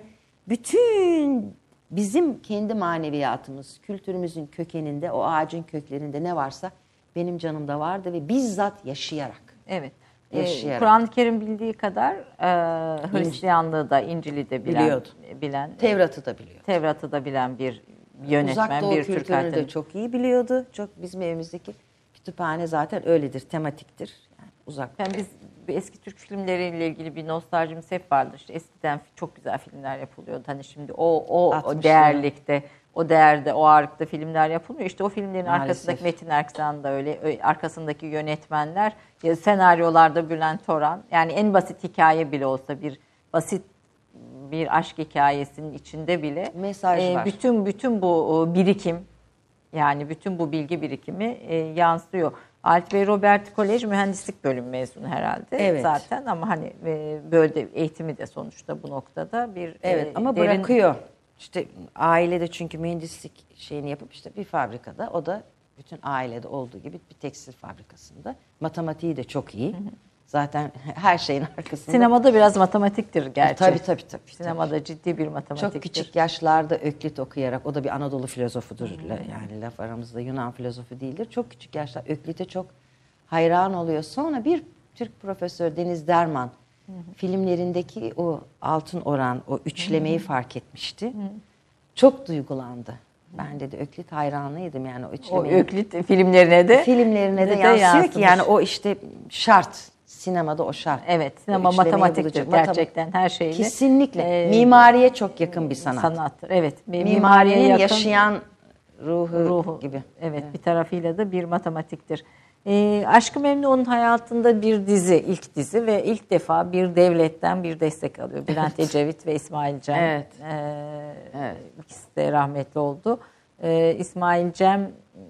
bütün bizim kendi maneviyatımız, kültürümüzün kökeninde, o ağacın köklerinde ne varsa benim canımda vardı ve bizzat yaşayarak. Evet. Ee, Kur'an-ı Kerim bildiği kadar e, Hristiyanlığı da, İncil'i de bilen, biliyordu. bilen Tevrat'ı da biliyor. Tevrat'ı da bilen bir yönetmen, Uzak bir Türk kültürünü de çok iyi biliyordu. Çok bizim evimizdeki kütüphane zaten öyledir, tematiktir. Yani uzak. Yani biz eski Türk filmleriyle ilgili bir nostaljimiz hep vardı. İşte eskiden çok güzel filmler yapılıyordu. Hani şimdi o o, o değerlikte, o değerde, o ağırlıkta filmler yapılmıyor. İşte o filmlerin maalesef arkasındaki Metin Erksan da öyle, arkasındaki yönetmenler, senaryolarda Bülent Orhan. Yani en basit hikaye bile olsa bir basit bir aşk hikayesinin içinde bile mesaj e, var. Bütün bütün bu birikim, yani bütün bu bilgi birikimi e, yansıyor. Halit Bey Robert Kolej mühendislik bölümü mezunu herhalde evet. zaten ama hani e, böyle de eğitimi de sonuçta bu noktada bir evet e, ama derin... bırakıyor. İşte ailede çünkü mühendislik şeyini yapıp işte bir fabrikada o da bütün ailede olduğu gibi bir tekstil fabrikasında matematiği de çok iyi. Hı hı. Zaten her şeyin arkasında. Sinemada biraz matematiktir gerçi. Tabii tabii tabii. Sinemada tabii. ciddi bir matematiktir. Çok küçük yaşlarda Öklit okuyarak, o da bir Anadolu filozofudur. Hmm. Yani laf aramızda Yunan filozofu değildir. Çok küçük yaşta Öklit'e çok hayran oluyor. Sonra bir Türk profesör Deniz Derman hı hı. filmlerindeki o altın oran, o üçlemeyi hı hı. fark etmişti. Hı hı. Çok duygulandı. Ben de Öklit hayranlıydım yani o üçlemeyi. O Öklit filmlerine de filmlerine de, de yansıyor yansımış. Ki yani o işte şart. Sinemada o şart. Evet, sinema matematiktir gerçekten her şeyle. Kesinlikle. Ee, Mimariye çok yakın bir sanat. Sanattır. Evet. Mimariyenin yakın, yaşayan ruhu, ruhu gibi. Evet, evet, bir tarafıyla da bir matematiktir. Ee, Aşk-ı Memnu'nun hayatında bir dizi, ilk dizi ve ilk defa bir devletten bir destek alıyor. Bülent evet. Ecevit ve İsmail Cem. Evet. Ee, evet. İkisi de rahmetli oldu. Ee, İsmail Cem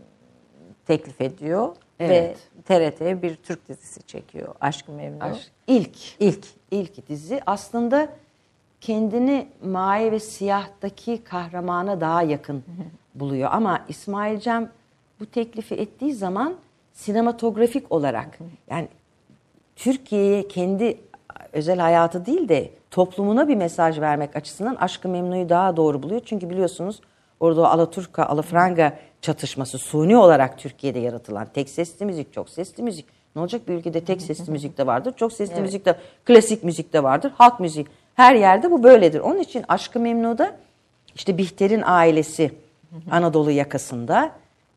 teklif ediyor. Evet. Ve T R T'ye bir Türk dizisi çekiyor. Aşk-ı Memnu. Aşk. İlk. İlk. İlk dizi. Aslında kendini mavi ve siyahtaki kahramana daha yakın buluyor. Ama İsmail Cem bu teklifi ettiği zaman sinematografik olarak yani Türkiye'ye kendi özel hayatı değil de toplumuna bir mesaj vermek açısından Aşk-ı Memnu'yu daha doğru buluyor. Çünkü biliyorsunuz orada o Alaturka, Alafranga çatışması suni olarak Türkiye'de yaratılan tek sesli müzik, çok sesli müzik. Ne olacak, bir ülkede tek sesli müzik de vardır, çok sesli evet. müzik de, klasik müzik de vardır, halk müziği. Her yerde bu böyledir. Onun için Aşk-ı Memnu'da işte Bihter'in ailesi Anadolu yakasında,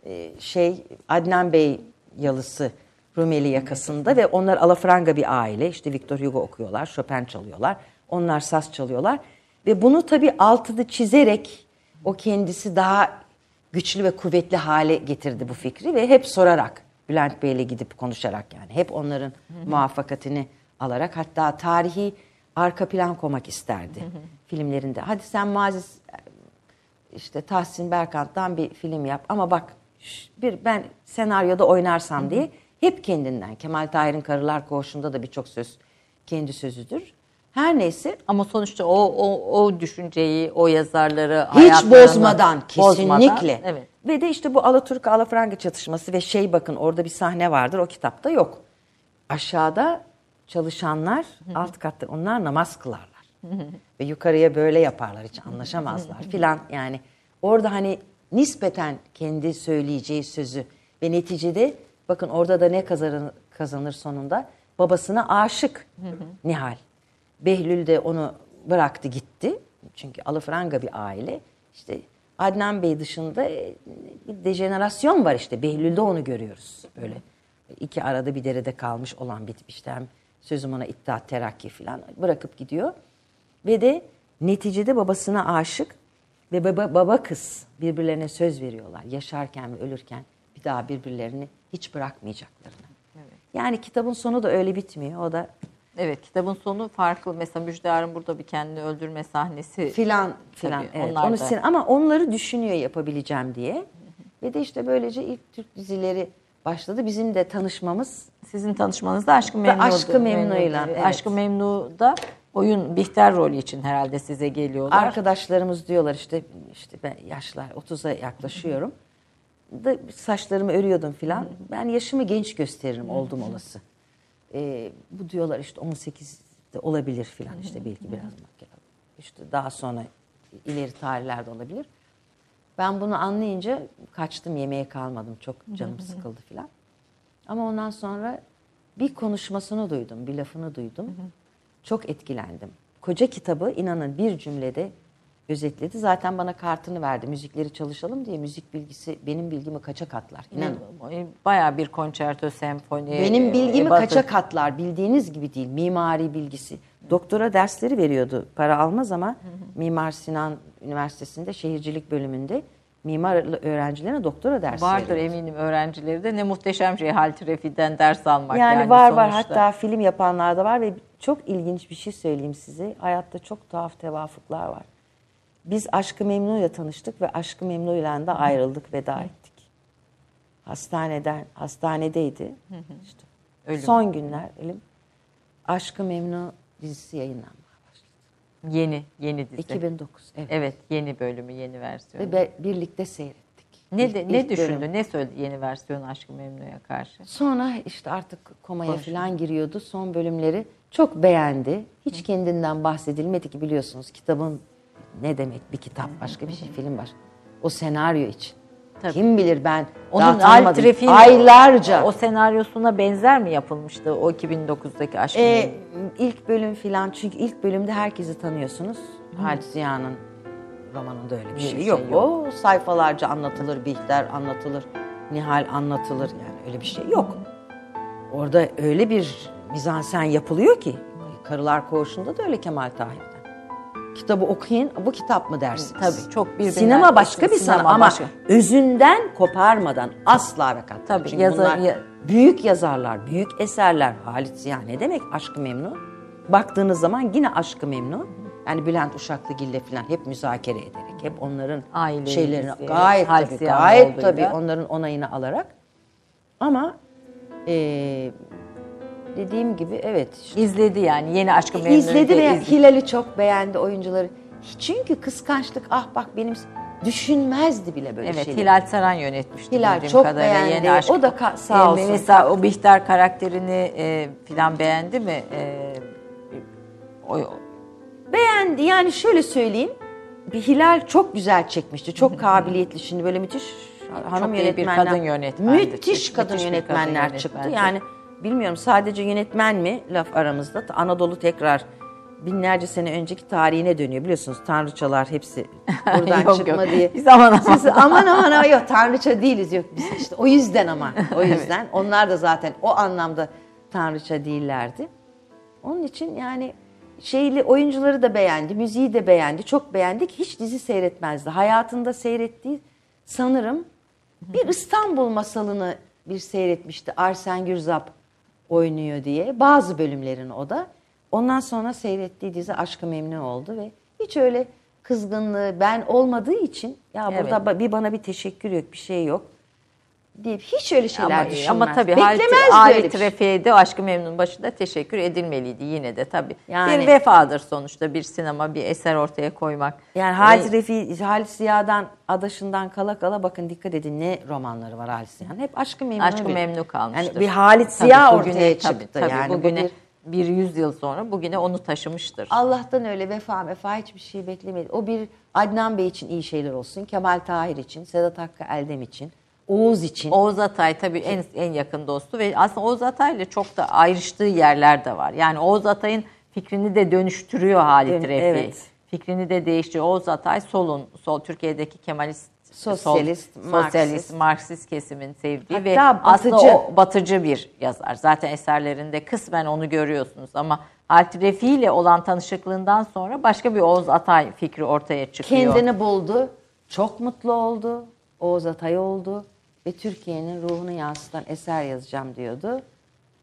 şey Adnan Bey yalısı Rumeli yakasında ve onlar alafranga bir aile. İşte Victor Hugo okuyorlar, Chopin çalıyorlar, onlar saz çalıyorlar. Ve bunu tabii altını çizerek o kendisi daha güçlü ve kuvvetli hale getirdi bu fikri ve hep sorarak, Bülent Bey'le gidip konuşarak yani hep onların hı hı. muvaffakatini alarak, hatta tarihi arka plan koymak isterdi hı hı. filmlerinde. Hadi sen Mazi işte Tahsin Berkant'tan bir film yap ama bak bir ben senaryoda oynarsam hı hı. diye hep kendinden. Kemal Tahir'in Karılar Koğuşu'nda da birçok söz kendi sözüdür. Her neyse. Ama sonuçta o o o düşünceyi, o yazarları hiç bozmadan, kesinlikle. Bozmadan, evet. Ve de işte bu Alaturka Alafranga çatışması ve şey, bakın orada bir sahne vardır, o kitapta yok. Aşağıda çalışanlar, hı-hı. alt katta onlar namaz kılarlar. Hı-hı. Ve yukarıya böyle yaparlar, hiç anlaşamazlar filan. Yani orada hani nispeten kendi söyleyeceği sözü ve neticede bakın orada da ne kazanır, kazanır sonunda? Babasına aşık hı-hı. Nihal. Behlül de onu bıraktı gitti. Çünkü alafranga bir aile. İşte Adnan Bey dışında bir dejenerasyon var işte. Behlül'de onu görüyoruz. Böyle iki arada bir derede kalmış olan bitmişten sözüm ona İttihat Terakki falan bırakıp gidiyor. Ve de neticede babasına aşık ve baba, baba kız birbirlerine söz veriyorlar. Yaşarken ve ölürken bir daha birbirlerini hiç bırakmayacaklarını. Evet. Yani kitabın sonu da öyle bitmiyor. O da Evet, kitabın sonu farklı. Mesela Müjdar'ın burada bir kendini öldürme sahnesi filan filan. Evet. onlar Onu da. sin- ama onları düşünüyor yapabileceğim diye. Ve de işte böylece ilk Türk dizileri başladı. Bizim de tanışmamız. Sizin tanışmanız da Aşk-ı Memnu. Aşk-ı Memnu'yla. Evet. Evet. Aşk-ı Memnu'da oyun Bihter rolü için herhalde size geliyorlar. Arkadaşlarımız diyorlar işte işte ben yaşlar otuza yaklaşıyorum. Da saçlarımı örüyordum filan. Ben yaşımı genç gösteririm oldum olası. Ee, bu diyorlar işte on sekizde olabilir filan işte belki biraz makyaj. İşte daha sonra ileri tarihlerde olabilir. Ben bunu anlayınca kaçtım, yemeğe kalmadım. Çok canım sıkıldı filan. Ama ondan sonra bir konuşmasını duydum, bir lafını duydum. Çok etkilendim. Koca kitabı inanın bir cümlede özetledi. Zaten bana kartını verdi. Müzikleri çalışalım diye. Müzik bilgisi benim bilgimi kaça katlar. İnanın. Bayağı bir konçerto, senfoni. Benim bilgimi e, batı. kaça katlar. Bildiğiniz gibi değil. Mimari bilgisi. Doktora dersleri veriyordu. Para almaz ama Mimar Sinan Üniversitesi'nde şehircilik bölümünde mimar öğrencilerine doktora dersi Vardır veriyordu. eminim öğrencileri de. Ne muhteşem şey Halit Refi'den ders almak. Yani, yani var sonuçta. var hatta film yapanlar da var ve çok ilginç bir şey söyleyeyim size. Hayatta çok tuhaf tevafuklar var. Biz Aşk-ı Memnu'yla tanıştık ve Aşk-ı Memnu'yla da ayrıldık, veda ettik. Hastaneden, hastanedeydi. İşte Ölüm. son günler ölüm. Aşk-ı Memnu dizisi yayınlanmaya başladı. Yeni, yeni dizi. iki bin dokuz. Evet. Evet, yeni bölümü, yeni versiyonu. Ve be, birlikte seyrettik. Ne İlk- de, ilk ne düşündü? bölüm. Ne söyledi yeni versiyon Aşk-ı Memnu'ya karşı? Sonra işte artık komaya Hoş. falan giriyordu. Son bölümleri çok beğendi. Hiç kendinden bahsedilmedi ki biliyorsunuz kitabın ne demek bir kitap başka bir şey film var. O senaryo için. Tabii. Kim bilir ben Onun daha Alp tanımadım. Refik'in Aylarca. o senaryosuna benzer mi yapılmıştı o iki bin dokuzdaki Aşk-ı Ee, Memnu? ilk bölüm filan çünkü ilk bölümde herkesi tanıyorsunuz. Halit Ziya'nın romanında öyle bir şey, şey yok. yok. O sayfalarca anlatılır, Bihter anlatılır, Nihal anlatılır yani öyle bir şey yok. Orada öyle bir mizansen yapılıyor ki Karılar Koğuşu'nda da öyle Kemal Tahir'den. Kitabı okuyun bu kitap mı dersiniz? Tabii çok birbirinden. Sinema başka bir Sinema sanat ama başka. özünden koparmadan asla ve katla. Tabii, Çünkü yazar- bunlar ya- büyük yazarlar, büyük eserler. Halit Ziya ne demek Aşk-ı Memnu? Baktığınız zaman yine Aşk-ı Memnu. Yani Bülent Uşaklıgil'le falan hep müzakere ederek, hep onların Aileyi şeylerini izleyerek, gayet Halit tabii, Ziya'nın gayet olduğuyla. tabii onların onayını alarak. Ama eee dediğim gibi evet. işte İzledi yani yeni Aşk-ı Memnu'yu. İzledi da ve izledi. Hilal'i çok beğendi oyuncuları. Çünkü kıskançlık ah bak benim düşünmezdi bile böyle Evet, şeyleri. Hilal Saran yönetmişti Hilal bildiğim çok kadarıyla. beğendi. Yeni Aşk. O da ka- sağ Ee, olsun. Mesela o Bihter karakterini e, filan beğendi mi? E, o, Beğendi yani şöyle söyleyeyim. Bir Hilal çok güzel çekmişti. Çok kabiliyetli şimdi böyle müthiş hanım iyi bir yönetmenler. kadın yönetmendi. Müthiş kadın Müthiş bir yönetmenler kadın çıktı. yönetmendi. Yani bilmiyorum sadece yönetmen mi laf aramızda. Anadolu tekrar binlerce sene önceki tarihine dönüyor. Biliyorsunuz tanrıçalar hepsi buradan Yok, çıkma yok. diye. Biz aman aman. Siz aman aman ama yok tanrıça değiliz yok biz işte o yüzden ama o yüzden onlar da zaten o anlamda tanrıça değillerdi. Onun için yani şeyli oyuncuları da beğendi, müziği de beğendi, çok beğendik. Hiç dizi seyretmezdi. Hayatında seyrettiği sanırım bir İstanbul masalını bir seyretmişti. Arsen Gürzap oynuyor diye. Bazı bölümlerini o da. Ondan sonra seyrettiği dizi Aşk-ı Memnu oldu ve hiç öyle kızgınlığı ben olmadığı için ya Evet. burada bir bana bir teşekkür yok, bir şey yok deyip hiç öyle şeyler ama, düşünmez. ama tabii Halit, Beklemezdi öyle Halit bir şey. Refik'e de Aşk-ı Memnu'nun başında teşekkür edilmeliydi yine de tabii. Yani- bir vefadır sonuçta bir sinema, bir eser ortaya koymak. Yani Halit Ee, Refi, Halit Ziya'dan, Adaşı'ndan kala kala bakın dikkat edin ne romanları var Halit Ziya'nın. Hep Aşk-ı Memnu. Aşk-ı bir- Memnu kalmıştır. Yani bir Halit Tabii Ziya bugüne, ortaya tabii, çıktı tabii, yani. Bu Bugüne bir- bir yüzyıl sonra bugüne onu taşımıştır. Allah'tan öyle vefa mefa hiçbir şey beklemedi. O bir Adnan Bey için iyi şeyler olsun, Kemal Tahir için, Sedat Hakkı Eldem için, Oğuz için. Oğuz Atay tabii en en yakın dostu ve aslında Oğuz Atay'la çok da ayrıştığı yerler de var. Yani Oğuz Atay'ın fikrini de dönüştürüyor Halit Dön- Refi. evet. Fikrini de değiştiriyor. Oğuz Atay solun, sol Türkiye'deki Kemalist, Sosyalist, sol, Marksist. sosyalist, Marksist kesimin sevdiği ve Hatta aslında batıcı. o batıcı bir yazar. Zaten eserlerinde kısmen onu görüyorsunuz ama Halit Refi ile olan tanışıklığından sonra başka bir Oğuz Atay fikri ortaya çıkıyor. Kendini buldu, çok mutlu oldu, Oğuz Atay oldu ve Türkiye'nin ruhunu yansıtan eser yazacağım diyordu.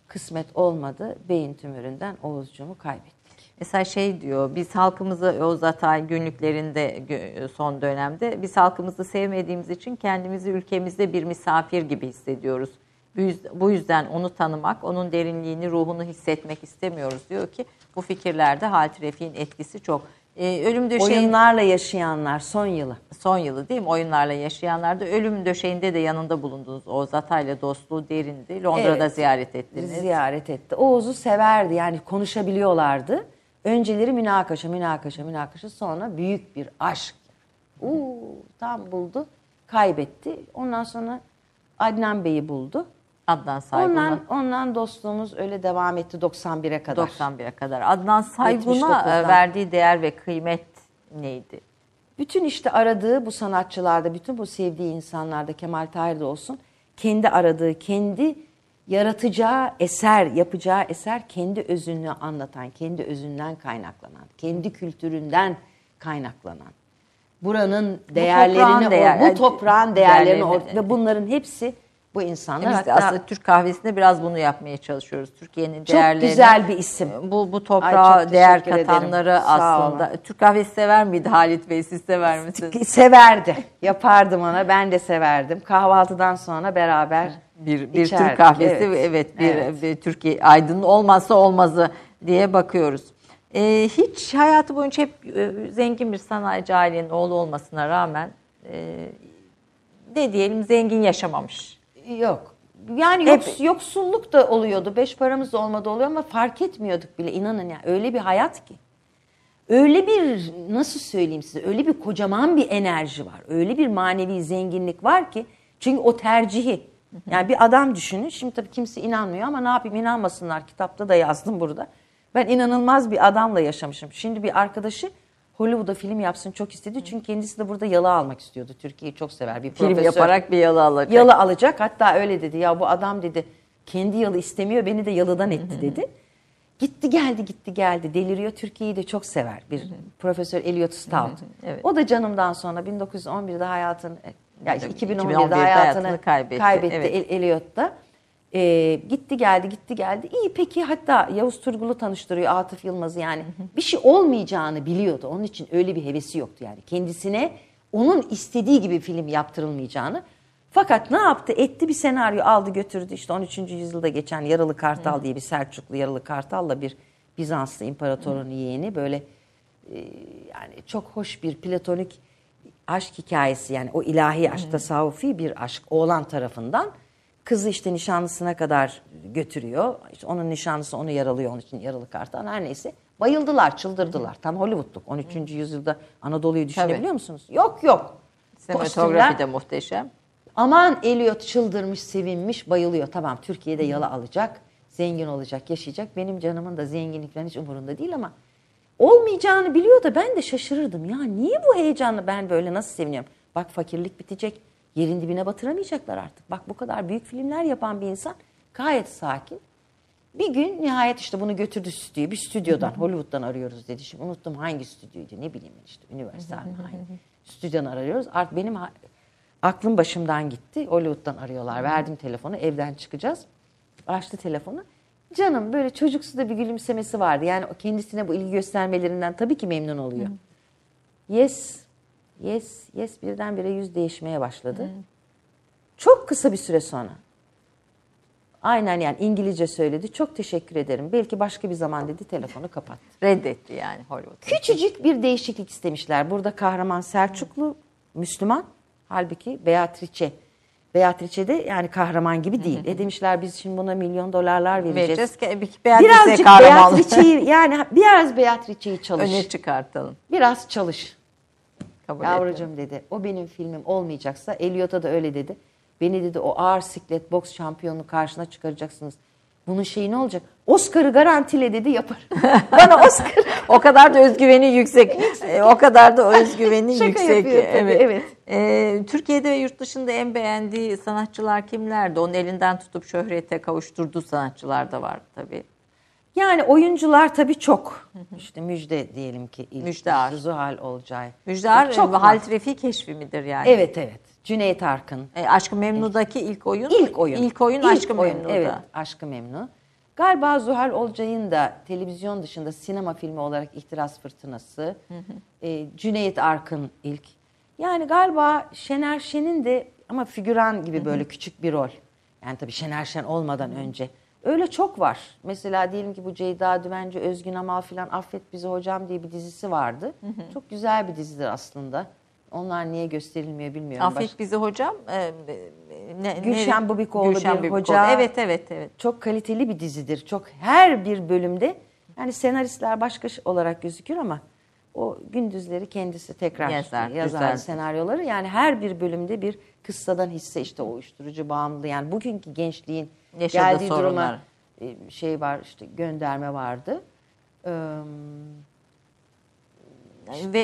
kısmet olmadı. Beyin tümöründen Oğuzcuğumu kaybettik. Mesela şey diyor, biz halkımızı Oğuz Atay günlüklerinde son dönemde biz halkımızı sevmediğimiz için kendimizi ülkemizde bir misafir gibi hissediyoruz. Bu yüzden onu tanımak, onun derinliğini, ruhunu hissetmek istemiyoruz diyor ki bu fikirlerde Halit Refik'in etkisi çok. Ee, ölüm döşeğin, Oyunlarla yaşayanlar son yılı. Son yılı değil mi? Oyunlarla yaşayanlar da ölüm döşeğinde de yanında bulundunuz. Oğuz Atay'la dostluğu derindi. Londra'da Evet, ziyaret ettiniz. Ziyaret etti. Oğuz'u severdi, yani konuşabiliyorlardı. Önceleri münakaşa, münakaşa, münakaşa, sonra büyük bir aşk. Uuu, tam buldu, kaybetti. Ondan sonra Adnan Bey'i buldu. Adnan Saygun'a. Ondan, ondan dostluğumuz öyle devam etti doksan bire kadar. doksan bire kadar. Adnan Saygun'a verdiği değer ve kıymet neydi? Bütün işte aradığı bu sanatçılarda, bütün bu sevdiği insanlarda, Kemal Tahir'de olsun, kendi aradığı, kendi yaratacağı eser, yapacağı eser kendi özünü anlatan, kendi özünden kaynaklanan, kendi kültüründen kaynaklanan. Buranın değerlerini, bu, değer, bu toprağın değerlerini, değerlerini ve bunların hepsi bu insanlar. Biz hatta aslında Türk kahvesinde biraz bunu yapmaya çalışıyoruz. Türkiye'nin değerlerini. Çok güzel bir isim. Bu bu toprağa değer katanları ederim. Aslında. Türk kahvesi sever miydi Halit Bey? Siz sever misiniz? Severdi. Yapardım ona. Ben de severdim. Kahvaltıdan sonra beraber bir bir içerdik. Türk kahvesi evet, evet bir, evet. bir Türkiye Aydın'ın olmazsa olmazı diye bakıyoruz. Ee, hiç hayatı boyunca hep e, zengin bir sanayici ailenin oğlu olmasına rağmen e, ne diyelim zengin yaşamamış. Yok. Yani yoks, yoksulluk da oluyordu. Beş paramız da olmadı oluyor ama fark etmiyorduk bile. İnanın ya, öyle bir hayat ki. Öyle bir, nasıl söyleyeyim size, öyle bir kocaman bir enerji var. Öyle bir manevi zenginlik var ki. Çünkü o tercihi. Yani bir adam düşünün. Şimdi tabii kimse inanmıyor ama ne yapayım, inanmasınlar. Kitapta da yazdım burada. Ben inanılmaz bir adamla yaşamışım. Şimdi bir arkadaşı Hollywood'a film yapsın çok istedi. Çünkü kendisi de burada yalı almak istiyordu. Türkiye'yi çok sever. Bir film yaparak bir yalı alacak. Yalı alacak. Hatta öyle dedi. Ya bu adam dedi kendi yalı istemiyor. Beni de yalıdan etti dedi. Gitti geldi gitti geldi. Deliriyor. Türkiye'yi de çok sever. Bir Profesör Elliot Stout. Evet. O da canımdan sonra bin dokuz yüz on birde hayatını, yani iki bin on birde hayatını, hayatını kaybetti, kaybetti evet. Elliot'ta. Ee, gitti geldi gitti geldi. İyi peki, hatta Yavuz Turgul'u tanıştırıyor, Atıf Yılmaz'ı, yani bir şey olmayacağını biliyordu. Onun için öyle bir hevesi yoktu yani. Kendisine onun istediği gibi film yaptırılmayacağını. Fakat ne yaptı? Etti, bir senaryo aldı götürdü. İşte on üçüncü yüzyılda geçen Yaralı Kartal diye bir Selçuklu Yaralı Kartal'la bir Bizanslı imparatorun yeğeni, böyle e, yani çok hoş bir platonik aşk hikayesi, yani o ilahi aşk, tasavvufi bir aşk oğlan tarafından. Kızı işte nişanlısına kadar götürüyor. İşte onun nişanlısı onu yaralıyor, onun için Yaralı Kartal. Her neyse. Bayıldılar, çıldırdılar. Tam Hollywood'luk. on üçüncü yüzyılda Anadolu'yu düşünebiliyor Tabii. musunuz? Yok yok. Sinematografi de muhteşem. Aman Elliot çıldırmış, sevinmiş, bayılıyor. Tamam, Türkiye'de yalı alacak, zengin olacak, yaşayacak. Benim canımın da zenginlikten hiç umurunda değil ama olmayacağını biliyor da ben de şaşırırdım. Ya niye bu heyecanla ben böyle nasıl seviniyorum? Bak fakirlik bitecek. Yerin dibine batıramayacaklar artık. Bak bu kadar büyük filmler yapan bir insan gayet sakin. Bir gün nihayet işte bunu götürdü stüdyoya. Bir stüdyodan, Hollywood'dan arıyoruz dedi. Şimdi unuttum hangi stüdyoydu, ne bileyim işte üniversite mi hangi stüdyodan arıyoruz. Artık benim aklım başımdan gitti. Hollywood'dan arıyorlar. Verdim telefonu, evden çıkacağız. Açtı telefonu. Canım böyle çocuksu da bir gülümsemesi vardı. Yani kendisine bu ilgi göstermelerinden tabii ki memnun oluyor. Yes. Yes, yes birdenbire yüz değişmeye başladı. Hmm. Çok kısa bir süre sonra. Aynen, yani İngilizce söyledi. Çok teşekkür ederim. Belki başka bir zaman dedi, telefonu kapattı. Reddetti yani Hollywood. Küçücük bir değişiklik istemişler. Burada kahraman Selçuklu, hmm. Müslüman. Halbuki Beatrice. Beatrice de yani kahraman gibi değil. E demişler biz şimdi buna milyon dolarlar vereceğiz. vereceğiz Birazcık Beatrice'yi, yani biraz Beatrice'yi çalış. Öne çıkartalım. Biraz çalış. Kabul Yavrucuğum ettim. dedi, o benim filmim olmayacaksa, Elliot'a da öyle dedi. Beni dedi o ağır siklet boks şampiyonluğu karşına çıkaracaksınız. Bunun şeyi ne olacak? Oscar'ı garantile dedi, yapar. Bana Oscar. O kadar da özgüveni yüksek. o kadar da özgüveni Şaka yüksek. Yapıyor, tabii, evet. evet. Ee, Türkiye'de ve yurt dışında en beğendiği sanatçılar kimlerdi? Onun elinden tutup şöhrete kavuşturduğu sanatçılar da var tabii. Yani oyuncular tabii çok. İşte Müjde diyelim ki. Ilk, Müjde Ar. Zuhal Olcay. Müjde Ar, çok Halit Refik'in keşfi midir yani? Evet evet. Cüneyt Arkın. E, Aşk-ı Memnu'daki ilk oyun. İlk oyun. İlk oyun ilk Aşk-ı Memnu'da. Evet, Aşk-ı Memnu. Galiba Zuhal Olcay'ın da televizyon dışında sinema filmi olarak İhtiras Fırtınası, hı hı. E, Cüneyt Arkın ilk. Yani galiba Şener Şen'in de ama figüran gibi böyle hı hı. küçük bir rol. Yani tabii Şener Şen olmadan hı hı. önce. Öyle çok var. Mesela diyelim ki bu Ceyda Düvenci, Özgün Amal filan Affet Bizi Hocam diye bir dizisi vardı. Hı hı. Çok güzel bir dizidir aslında. Onlar niye gösterilmiyor bilmiyorum. Affet Baş... Bizi Hocam. E, ne, Gülşen ne? Bubikoğlu Gülşen bir Bubikoğlu. hoca. Evet evet evet. Çok kaliteli bir dizidir. Çok her bir bölümde yani senaristler başka olarak gözükür ama o gündüzleri kendisi tekrar yazar, yazar senaryoları. Yani her bir bölümde bir kıssadan hisse işte o uyuşturucu bağımlılığı. Yani bugünkü gençliğin yaşadığı geldiği sorunlar. Duruma şey var işte gönderme vardı. Ee, Ve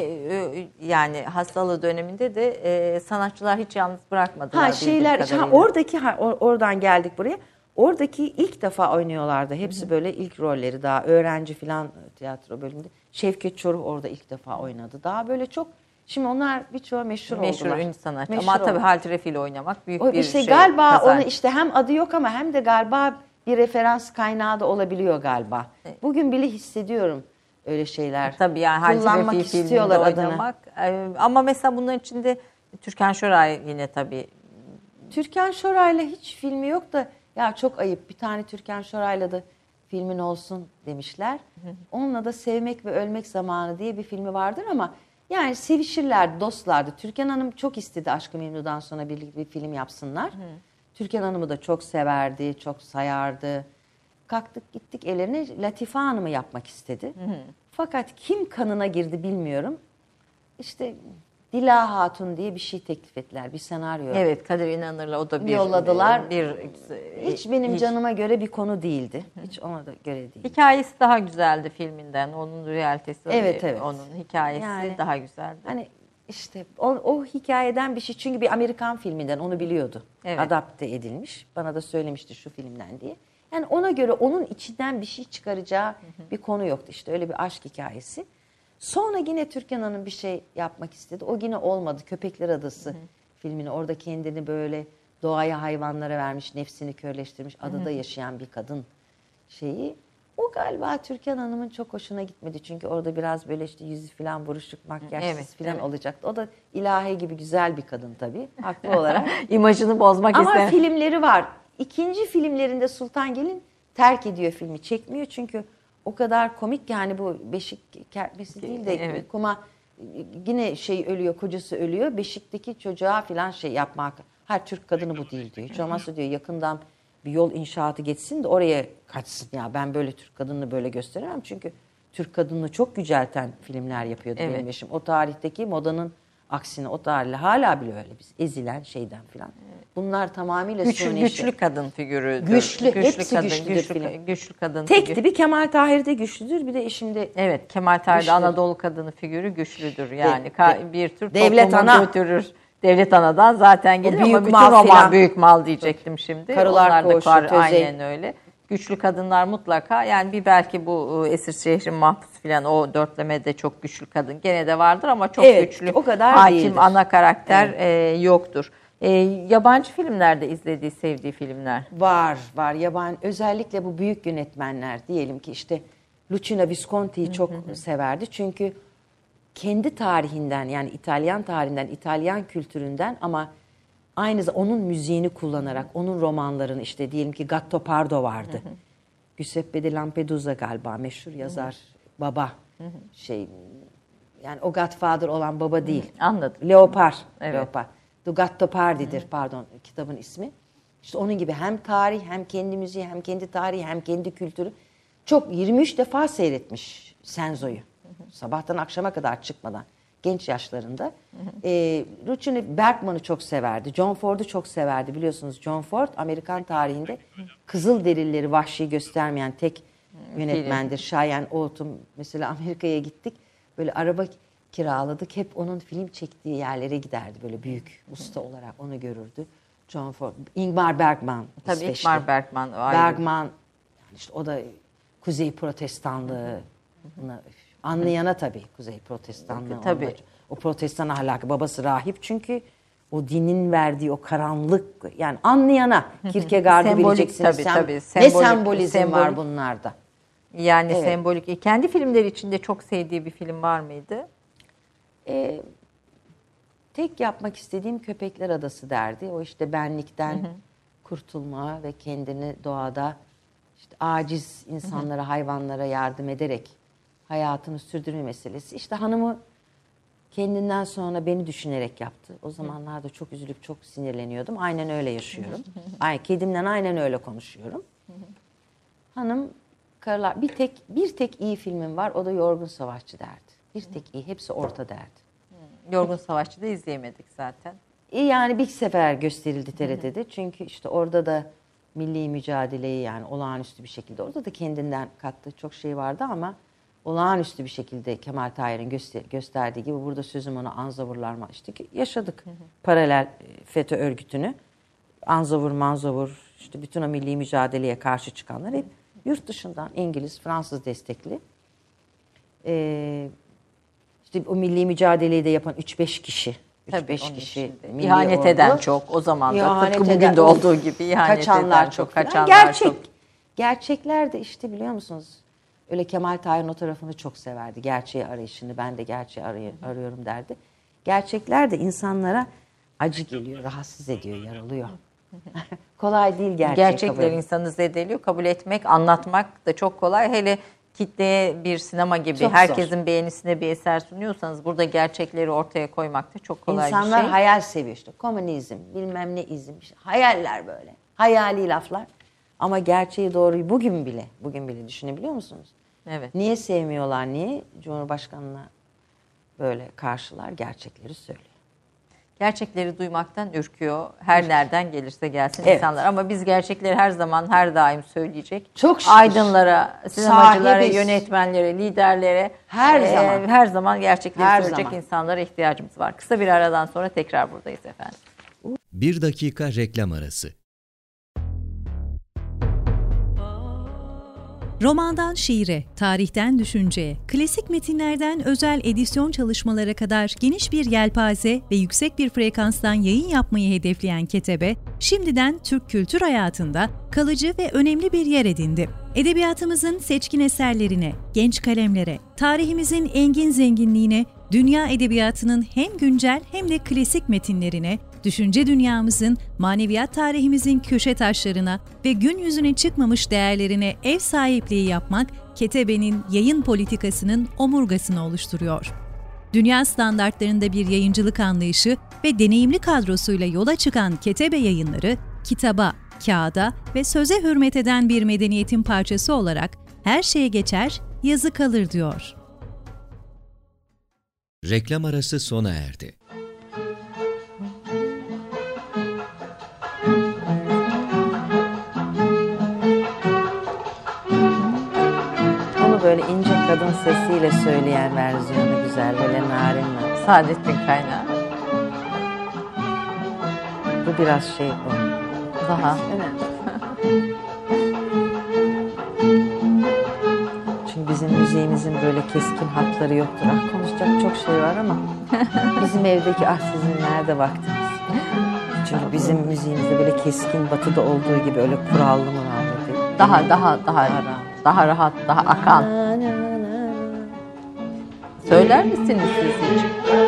yani hastalığı döneminde de e, sanatçılar hiç yalnız bırakmadılar. Ha şeyler ha, oradaki ha, oradan geldik buraya. Oradaki ilk defa oynuyorlardı. Hepsi Hı-hı. böyle ilk rolleri daha öğrenci falan tiyatro bölümünde. Şevket Çoruh orada ilk defa oynadı. Daha böyle çok şimdi onlar birçoğu meşhur, meşhur oldular. Meşhur ünlü sanatçı. Meşhur ama tabii Halit Refi ile oynamak büyük o, bir işte şey. Galiba kazanç. Onu işte hem adı yok ama hem de galiba bir referans kaynağı da olabiliyor galiba. Evet. Bugün bile hissediyorum. Öyle şeyler. Tabii yani kullanmak istiyorlar oynamak. Adına. Ama mesela bunların içinde Türkan Şoray yine tabii. Türkan Şoray'la hiç filmi yok da ya çok ayıp. Bir tane Türkan Şoray'la da filmin olsun demişler. Hı hı. Onunla da Sevmek ve Ölmek Zamanı diye bir filmi vardır ama yani sevişirlerdi, dostlardı. Türkan Hanım çok istedi Aşk-ı Memnu'dan sonra birlikte bir film yapsınlar. Hı. Türkan Hanım'ı da çok severdi, çok sayardı. Kalktık gittik evlerine Latife Hanım'ı yapmak istedi. Hı hı. Fakat kim kanına girdi bilmiyorum. İşte Dila Hatun diye bir şey teklif ettiler. Bir senaryo. Evet Kadir İnanır'la o da bir yolladılar. Bir, hiç benim hiç, canıma göre bir konu değildi. Hiç ona da göre değil. Hikayesi daha güzeldi filminden. Onun realitesi. Evet evet. Onun hikayesi yani, daha güzeldi. Hani işte o, o hikayeden bir şey. Çünkü bir Amerikan filminden onu biliyordu. Evet. Adapte edilmiş. Bana da söylemişti şu filmden diye. Yani ona göre onun içinden bir şey çıkaracağı hı hı. bir konu yoktu. İşte öyle bir aşk hikayesi. Sonra yine Türkan Hanım bir şey yapmak istedi. O yine olmadı. Köpekler Adası hı hı. filmini. Orada kendini böyle doğaya, hayvanlara vermiş, nefsini körleştirmiş, adada hı hı. yaşayan bir kadın şeyi. O galiba Türkan Hanım'ın çok hoşuna gitmedi. Çünkü orada biraz böyle işte yüzü falan buruşuk, makyajsız evet, falan evet. olacaktı. O da ilahi gibi güzel bir kadın tabii. Haklı olarak. İmajını bozmak Ama isteyen. Ama filmleri var. İkinci filmlerinde Sultan Gelin terk ediyor filmi. Çekmiyor çünkü o kadar komik yani bu beşik kertmesi değil de evet. kuma yine şey ölüyor, kocası ölüyor. Beşikteki çocuğa falan şey yapmak. Her Türk kadını bu değil diyor. Hiç olmazsa diyor yakından bir yol inşaatı geçsin de oraya kaçsın. Ya ben böyle Türk kadını böyle gösteremem çünkü Türk kadını çok yücelten filmler yapıyordu evet. benim eşim. O tarihteki modanın aksine o tarihle hala bile öyle biz ezilen şeyden filan. Bunlar tamamıyla güçlü, güçlü şey. Kadın figürüdür. Güçlü, güçlü hepsi kadın, güçlüdür güçlü, film. Güçlü kadın Tek figürü. tipi Kemal Tahir de güçlüdür. Bir de eşimde evet Kemal Tahir de Anadolu kadını figürü güçlüdür. Yani de, bir tür devlet ana götürür. Devlet anadan zaten gelir ama bütün mal roman falan. Büyük mal diyecektim şimdi. Karılar Onlar Koğuşu, da kar, Tözey. aynen öyle. Güçlü kadınlar mutlaka yani bir belki bu Esir Şehrin Mahpus filan o dörtlemede çok güçlü kadın gene de vardır ama çok evet, güçlü o kadar hakim değildir. ana karakter evet. e, yoktur. E, yabancı filmlerde izlediği, sevdiği filmler? Var, var. Yabancı özellikle bu büyük yönetmenler diyelim ki işte Luciano Visconti'yi çok hı hı. severdi. Çünkü kendi tarihinden yani İtalyan tarihinden, İtalyan kültüründen ama aynı zamanda onun müziğini kullanarak, onun romanlarını işte diyelim ki Gattopardo vardı. Hı hı. Giuseppe de Lampedusa galiba meşhur yazar hı hı. baba hı hı. şey yani o Godfather olan baba değil. Hı hı. Anladım. Leopar. Evet. Leopar. The Gattopardi'dir hı hı. pardon kitabın ismi. İşte onun gibi hem tarih hem kendi müziği hem kendi tarihi hem kendi kültürü. Çok yirmi üç defa seyretmiş Senzo'yu. Hı hı. Sabahtan akşama kadar çıkmadan. Genç yaşlarında. Hı hı. E, Luciano Bergman'ı çok severdi. John Ford'u çok severdi. Biliyorsunuz John Ford Amerikan tarihinde Kızılderilileri vahşi göstermeyen tek yönetmendir. Cheyenne Autumn mesela Amerika'ya gittik. Böyle araba kiraladık. Hep onun film çektiği yerlere giderdi. Böyle büyük usta olarak onu görürdü. John Ford. Ingmar Bergman. Tabii İsveçli. Ingmar Bergman. Bergman. Yani işte o da Kuzey Protestanlığı. Buna, anlayana tabii Kuzey Protestanlığı. Tabii. O protestan ahlakı. Babası rahip çünkü o dinin verdiği o karanlık, yani anlayana Kierkegaard'ı Sembolik, bileceksiniz. tabii, Sem- tabii. Ne Sembolik, sembolizm sembolik. var bunlarda. Yani Evet. sembolik. E, kendi filmleri içinde çok sevdiği bir film var mıydı? Ee, tek yapmak istediğim Köpekler Adası derdi. O işte benlikten hı hı. kurtulma ve kendini doğada işte aciz insanlara, hı hı. hayvanlara yardım ederek hayatını sürdürme meselesi. İşte hanımı kendinden sonra beni düşünerek yaptı. O zamanlarda çok üzülüp çok sinirleniyordum. Aynen öyle yaşıyorum. Ay, kedimden aynen öyle konuşuyorum. Hanım, karılar, bir tek bir tek iyi filmim var. O da Yorgun Savaşçı derdi. Bir tek iyi, hepsi orta derdi. Yorgun Savaşçı da izleyemedik zaten. Yani bir sefer gösterildi T R T'de. Çünkü işte orada da milli mücadeleyi, yani olağanüstü bir şekilde, orada da kendinden kattığı çok şey vardı ama olağanüstü bir şekilde Kemal Tahir'in göster- gösterdiği gibi burada sözüm ona Anzavurlar mı işte yaşadık. Hı hı. Paralel FETÖ örgütünü. Anzavur, manzavur, işte bütün o milli mücadeleye karşı çıkanlar hep yurt dışından, İngiliz, Fransız destekli. Ee, işte o milli mücadeleyi de yapan üç beş kişi. üç beş kişi. İhanet ordu. eden çok o zaman da. Tıpkı bugün de olduğu gibi ihanet kaçanlar eden çok. çok. Kaçanlar Gerçek. çok. Gerçekler de işte biliyor musunuz? Öyle Kemal Tahir'in o tarafını çok severdi. Gerçeği arayışını, ben de gerçeği aray- arıyorum derdi. Gerçekler de insanlara acı geliyor, rahatsız ediyor, yaralıyor. Kolay değil gerçek. Gerçekler insanı zedeliyor. Kabul etmek, anlatmak da çok kolay. Hele kitleye bir sinema gibi çok herkesin zor. Beğenisine bir eser sunuyorsanız burada gerçekleri ortaya koymak da çok kolay İnsanlar bir şey. İnsanlar hayal seviyor işte. Komünizm, bilmem ne izm. İşte. Hayaller böyle. Hayali laflar. Ama gerçeği doğruyu bugün bile, bugün bile düşünebiliyor musunuz? Evet. Niye sevmiyorlar? Niye Cumhurbaşkanı'na böyle karşılar? Gerçekleri söylüyor. Gerçekleri duymaktan ürküyor. Her Ürk. nereden gelirse gelsin evet. insanlar. Ama biz gerçekleri her zaman, her daim söyleyecek. Çok şükür. Aydınlara, sinemacılara, Sahibiz. Yönetmenlere, liderlere her e, zaman her zaman gerçekleri her söyleyecek zaman. insanlara ihtiyacımız var. Kısa bir aradan sonra tekrar buradayız efendim. Bir dakika reklam arası. Romandan şiire, tarihten düşünceye, klasik metinlerden özel edisyon çalışmalara kadar geniş bir yelpaze ve yüksek bir frekanstan yayın yapmayı hedefleyen Ketebe, şimdiden Türk kültür hayatında kalıcı ve önemli bir yer edindi. Edebiyatımızın seçkin eserlerine, genç kalemlere, tarihimizin engin zenginliğine, dünya edebiyatının hem güncel hem de klasik metinlerine, düşünce dünyamızın, maneviyat tarihimizin köşe taşlarına ve gün yüzüne çıkmamış değerlerine ev sahipliği yapmak, Ketebe'nin yayın politikasının omurgasını oluşturuyor. Dünya standartlarında bir yayıncılık anlayışı ve deneyimli kadrosuyla yola çıkan Ketebe Yayınları, kitaba, kağıda ve söze hürmet eden bir medeniyetin parçası olarak her şeye geçer, yazı kalır diyor. Reklam arası sona erdi. Böyle ince kadın sesiyle söyleyen versiyonu güzel, böyle narinle. Saadettin Kaynağı. Bu biraz şey o. Daha. Evet. Çünkü bizim müziğimizin böyle keskin hatları yoktur. Ah, konuşacak çok şey var ama bizim evdeki ah sizin nerede vaktiniz? Çünkü bizim müziğimizde böyle keskin, batıda olduğu gibi öyle kurallı mı var değil. Daha daha daha daha rahat, daha akan. Söyler misiniz siz hiç?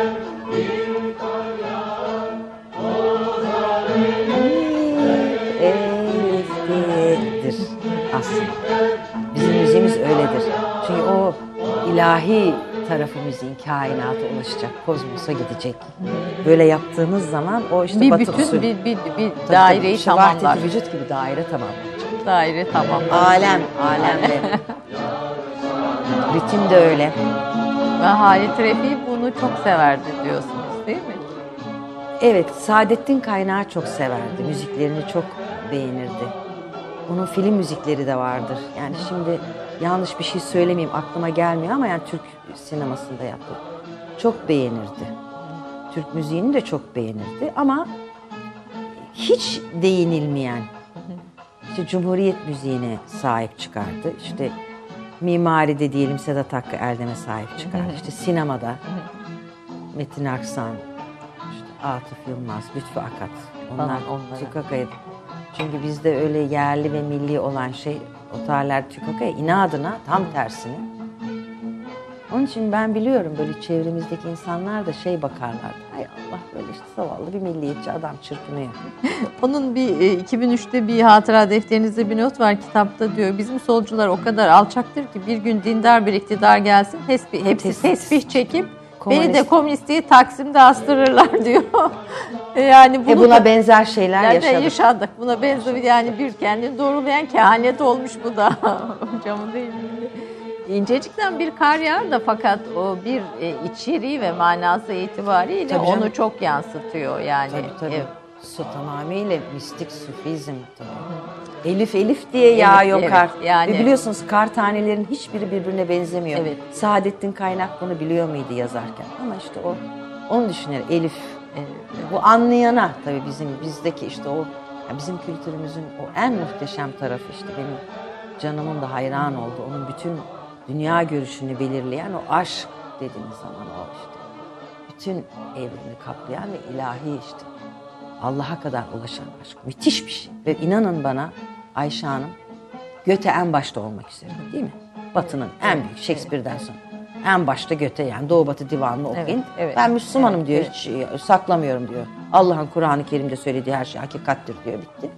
Elif'tir aslında. Bizim müziğimiz öyledir. Çünkü o ilahi tarafı müziğin kainata ulaşacak, kozmosa gidecek. Böyle yaptığınız zaman o işte bir batı bütün usulü. bir, bir, bir daireyi tabii, tamamlar. Vahdeti vücut gibi daire tamamlayacak. Daire tamamlar. Alem, alemde. Ritim de öyle. Ve Halit Refi bunu çok severdi diyorsunuz değil mi? Evet, Saadettin Kaynağı çok severdi. Müziklerini çok beğenirdi. Onun film müzikleri de vardır. Yani şimdi yanlış bir şey söylemeyeyim, aklıma gelmiyor ama yani Türk sinemasında yaptı. Çok beğenirdi. Türk müziğini de çok beğenirdi ama hiç değinilmeyen, işte Cumhuriyet müziğine sahip çıkardı. İşte mimaride diyelim Sedat Hakkı Erdem'e sahip çıkardı. İşte sinemada Metin Aksan, işte Atıf Yılmaz, Lütfü Akat. Onlar Falan onlara. Tükaka'yı. Çünkü bizde öyle yerli ve milli olan şey, o tarihler Tükaka'ya inadına tam tersini. Onun için ben biliyorum böyle çevremizdeki insanlar da şey bakarlardı. Hay Allah, böyle işte zavallı bir milliyetçi adam çırpınıyor. Onun bir e, iki bin üçte bir hatıra defterinizde bir not var kitapta, diyor. Bizim solcular o kadar alçaktır ki bir gün dindar bir iktidar gelsin, tesbih, hepsi tesbih çekip komünist. Beni de komünistliği Taksim'de astırırlar diyor. Yani bunu e buna da, benzer şeyler yani yaşadık. yaşadık. Buna benzer yani bir kendini doğrulayan kehanet olmuş bu da. Hocamın değil mi? İncecik'ten bir kar yağar da fakat o bir e, içeriği ve manası itibariyle Tabii onu canım. çok yansıtıyor yani. Tabii tabii. E, Su tamamıyla mistik sufizm tabii. Elif elif diye yağıyor evet, kar. yani. Ve biliyorsunuz kar tanelerin hiçbiri birbirine benzemiyor. Evet. Saadettin Kaynak bunu biliyor muydu yazarken? Ama işte o, onu düşünür Elif. Evet, Bu anlayana tabii bizim bizdeki işte o, yani bizim kültürümüzün o en muhteşem tarafı işte benim canımın da hayran olduğu, onun bütün dünya görüşünü belirleyen o aşk dediğimiz zaman o işte. Bütün evreni kaplayan ve ilahi işte. Allah'a kadar ulaşan aşk. Müthiş bir şey. Ve inanın bana Ayşe Hanım, Göte en başta olmak üzere değil mi? Batı'nın en büyük Shakespeare'den sonra. En başta Göte, yani Doğu Batı divanını okuyun. Evet, evet, ben Müslümanım evet, diyor, evet. hiç saklamıyorum diyor. Allah'ın Kur'an-ı Kerim'de söylediği her şey hakikattir diyor, bitti.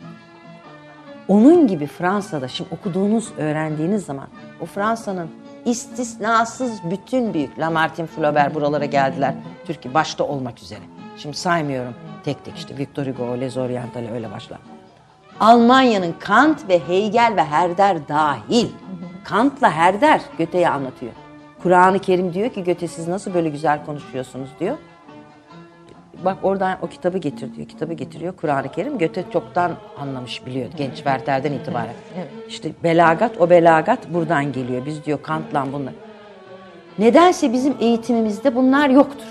Onun gibi Fransa'da şimdi okuduğunuz, öğrendiğiniz zaman o Fransa'nın istisnasız bütün büyük Lamartine, Flaubert buralara geldiler. Türkiye başta olmak üzere. Şimdi saymıyorum tek tek işte Victor Hugo, Les Orientales öyle başlar. Almanya'nın Kant ve Hegel ve Herder dahil. Kant'la Herder Göte'yi anlatıyor. Kur'an-ı Kerim diyor ki Göte siz nasıl böyle güzel konuşuyorsunuz diyor. Bak oradan o kitabı getir diyor. Kitabı getiriyor Kur'an-ı Kerim. Göte çoktan anlamış, biliyor genç Werther'den itibaren. İşte belagat, o belagat buradan geliyor. Biz diyor Kant'la bunlar. Nedense bizim eğitimimizde bunlar yoktur.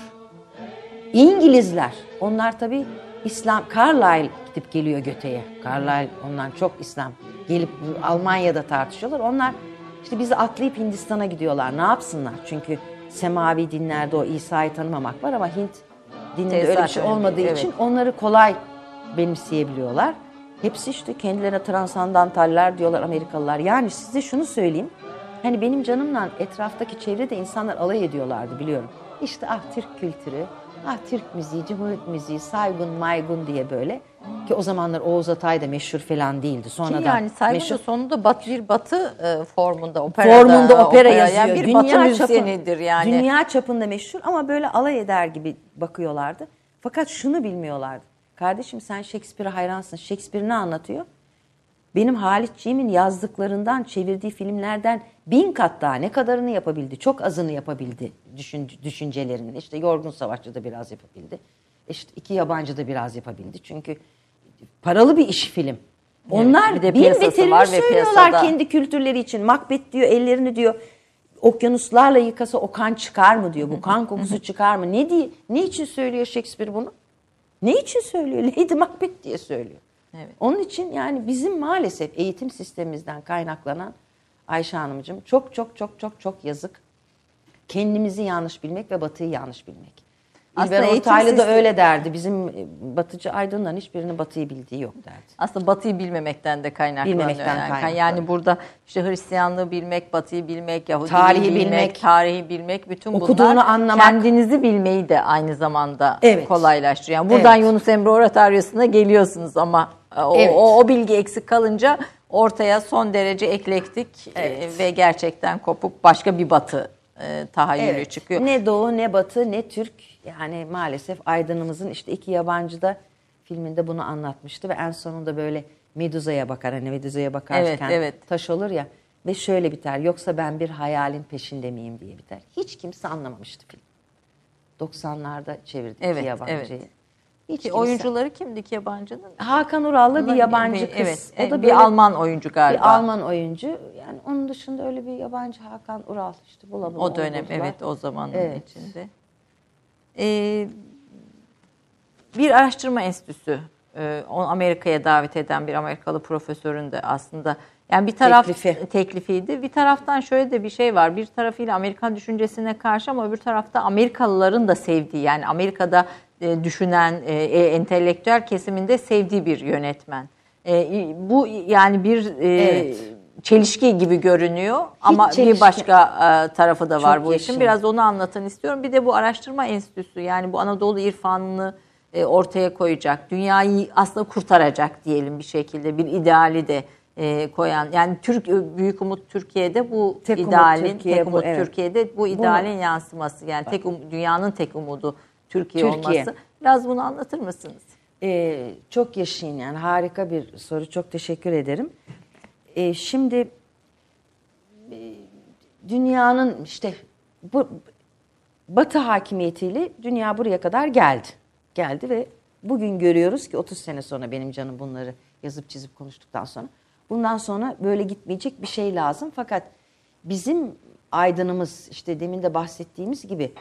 İngilizler, onlar tabii İslam, Carlyle gidip geliyor Göte'ye. Carlyle ondan çok İslam. Gelip Almanya'da tartışıyorlar. Onlar işte bizi atlayıp Hindistan'a gidiyorlar. Ne yapsınlar? Çünkü semavi dinlerde o İsa'yı tanımamak var ama Hint dininde öyle bir şey olmadığı evet. için onları kolay benimseyebiliyorlar. Hepsi işte kendilerine transandantaller diyorlar Amerikalılar. Yani size şunu söyleyeyim. Hani benim canımla etraftaki çevrede insanlar alay ediyorlardı biliyorum. İşte ah Türk kültürü, ah Türk müziği, Cumhuriyet müziği, saygun maygun diye böyle. Ki o zamanlar Oğuz Atay da meşhur falan değildi. Sonradan ki yani saygunun meşhur... sonunda bat, bir batı e, formunda operada. Formunda opera, opera yazıyor. Yani bir dünya batı müziğidir yani. Dünya çapında meşhur ama böyle alay eder gibi bakıyorlardı. Fakat şunu bilmiyorlardı. Kardeşim sen Shakespeare'e hayransın. Shakespeare ne anlatıyor? Benim Halitçiğimin yazdıklarından, çevirdiği filmlerden bin kat daha ne kadarını yapabildi? Çok azını yapabildi düşün, düşüncelerinin. İşte Yorgun Savaşçı'da biraz yapabildi. İşte iki Yabancı'da biraz yapabildi. Çünkü paralı bir iş film. Onlar bir de bin beterini var ve söylüyorlar piyasada. Kendi kültürleri için. Macbeth diyor, ellerini diyor okyanuslarla yıkasa o kan çıkar mı diyor. Bu kan kokusu çıkar mı? Ne diye, ne için söylüyor Shakespeare bunu? Ne için söylüyor? Lady Macbeth diye söylüyor. Evet. Onun için yani bizim maalesef eğitim sistemimizden kaynaklanan Ayşe Hanımcığım çok çok çok çok çok yazık. Kendimizi yanlış bilmek ve Batı'yı yanlış bilmek. İlber Ortaylı da öyle derdi. Bizim Batıcı aydınların hiçbirinin Batı'yı bildiği yok derdi. Aslında Batı'yı bilmemekten de kaynaklanıyor. Bilmemekten yani. kaynaklanıyor. Yani burada işte Hristiyanlığı bilmek, Batı'yı bilmek, Yahudiliği Tarihi bilmek, bilmek, tarihi bilmek, bütün okuduğunu bunlar anlamak. Kendinizi bilmeyi de aynı zamanda Evet. kolaylaştırıyor. Yani buradan Evet. Yunus Emre Orataryosu'na geliyorsunuz ama o, Evet. o, o bilgi eksik kalınca ortaya son derece eklektik Evet. e, ve gerçekten kopuk başka bir Batı e, tahayyülü Evet. çıkıyor. Ne Doğu ne Batı ne Türk. Yani maalesef Aydın'ımızın işte iki yabancıda filminde bunu anlatmıştı ve en sonunda böyle Medusa'ya bakar. Hani Medusa'ya bakarken Evet, evet. taş olur ya ve şöyle biter. Yoksa ben bir hayalin peşinde miyim diye biter. Hiç kimse anlamamıştı film. doksanlarda çevirdi Evet, iki yabancıyı. evet. Hiç Ki kimse- oyuncuları kimdi ki yabancının? Hakan Urallı bir yabancı kız. Evet, O da bir böyle Alman oyuncu galiba. bir Alman oyuncu. Yani onun dışında öyle bir yabancı Hakan Ural işte bulamadım. O dönem buldular. evet o zamanın Evet. içinde. Ee, bir araştırma enstitüsü e, onu Amerika'ya davet eden bir Amerikalı profesörün de aslında yani bir taraf Teklifi. teklifiydi. Bir taraftan şöyle de bir şey var. Bir tarafıyla Amerikan düşüncesine karşı ama öbür tarafta Amerikalıların da sevdiği yani Amerika'da e, düşünen e, entelektüel kesiminde sevdiği bir yönetmen. E, bu yani bir e, evet. çelişki gibi görünüyor hiç ama çelişki. Bir başka e, tarafı da var çok bu yaşın. işin. Biraz onu anlatın istiyorum. Bir de bu araştırma enstitüsü, yani bu Anadolu irfanını e, ortaya koyacak, dünyayı aslında kurtaracak diyelim bir şekilde, bir ideali de e, koyan. Yani Türk Büyük Umut Türkiye'de bu tek idealin, umut Türkiye, tek umut bu, evet. Türkiye'de bu idealin bu, yansıması. Yani tek um, dünyanın tek umudu Türkiye, Türkiye olması. Biraz bunu anlatır mısınız? Ee, çok yaşayın, yani harika bir soru. Çok teşekkür ederim. Ee, şimdi e, dünyanın işte bu Batı hakimiyetiyle dünya buraya kadar geldi. Geldi ve bugün görüyoruz ki otuz sene sonra, benim canım bunları yazıp çizip konuştuktan sonra, bundan sonra böyle gitmeyecek bir şey lazım. Fakat bizim aydınımız, işte demin de bahsettiğimiz gibi,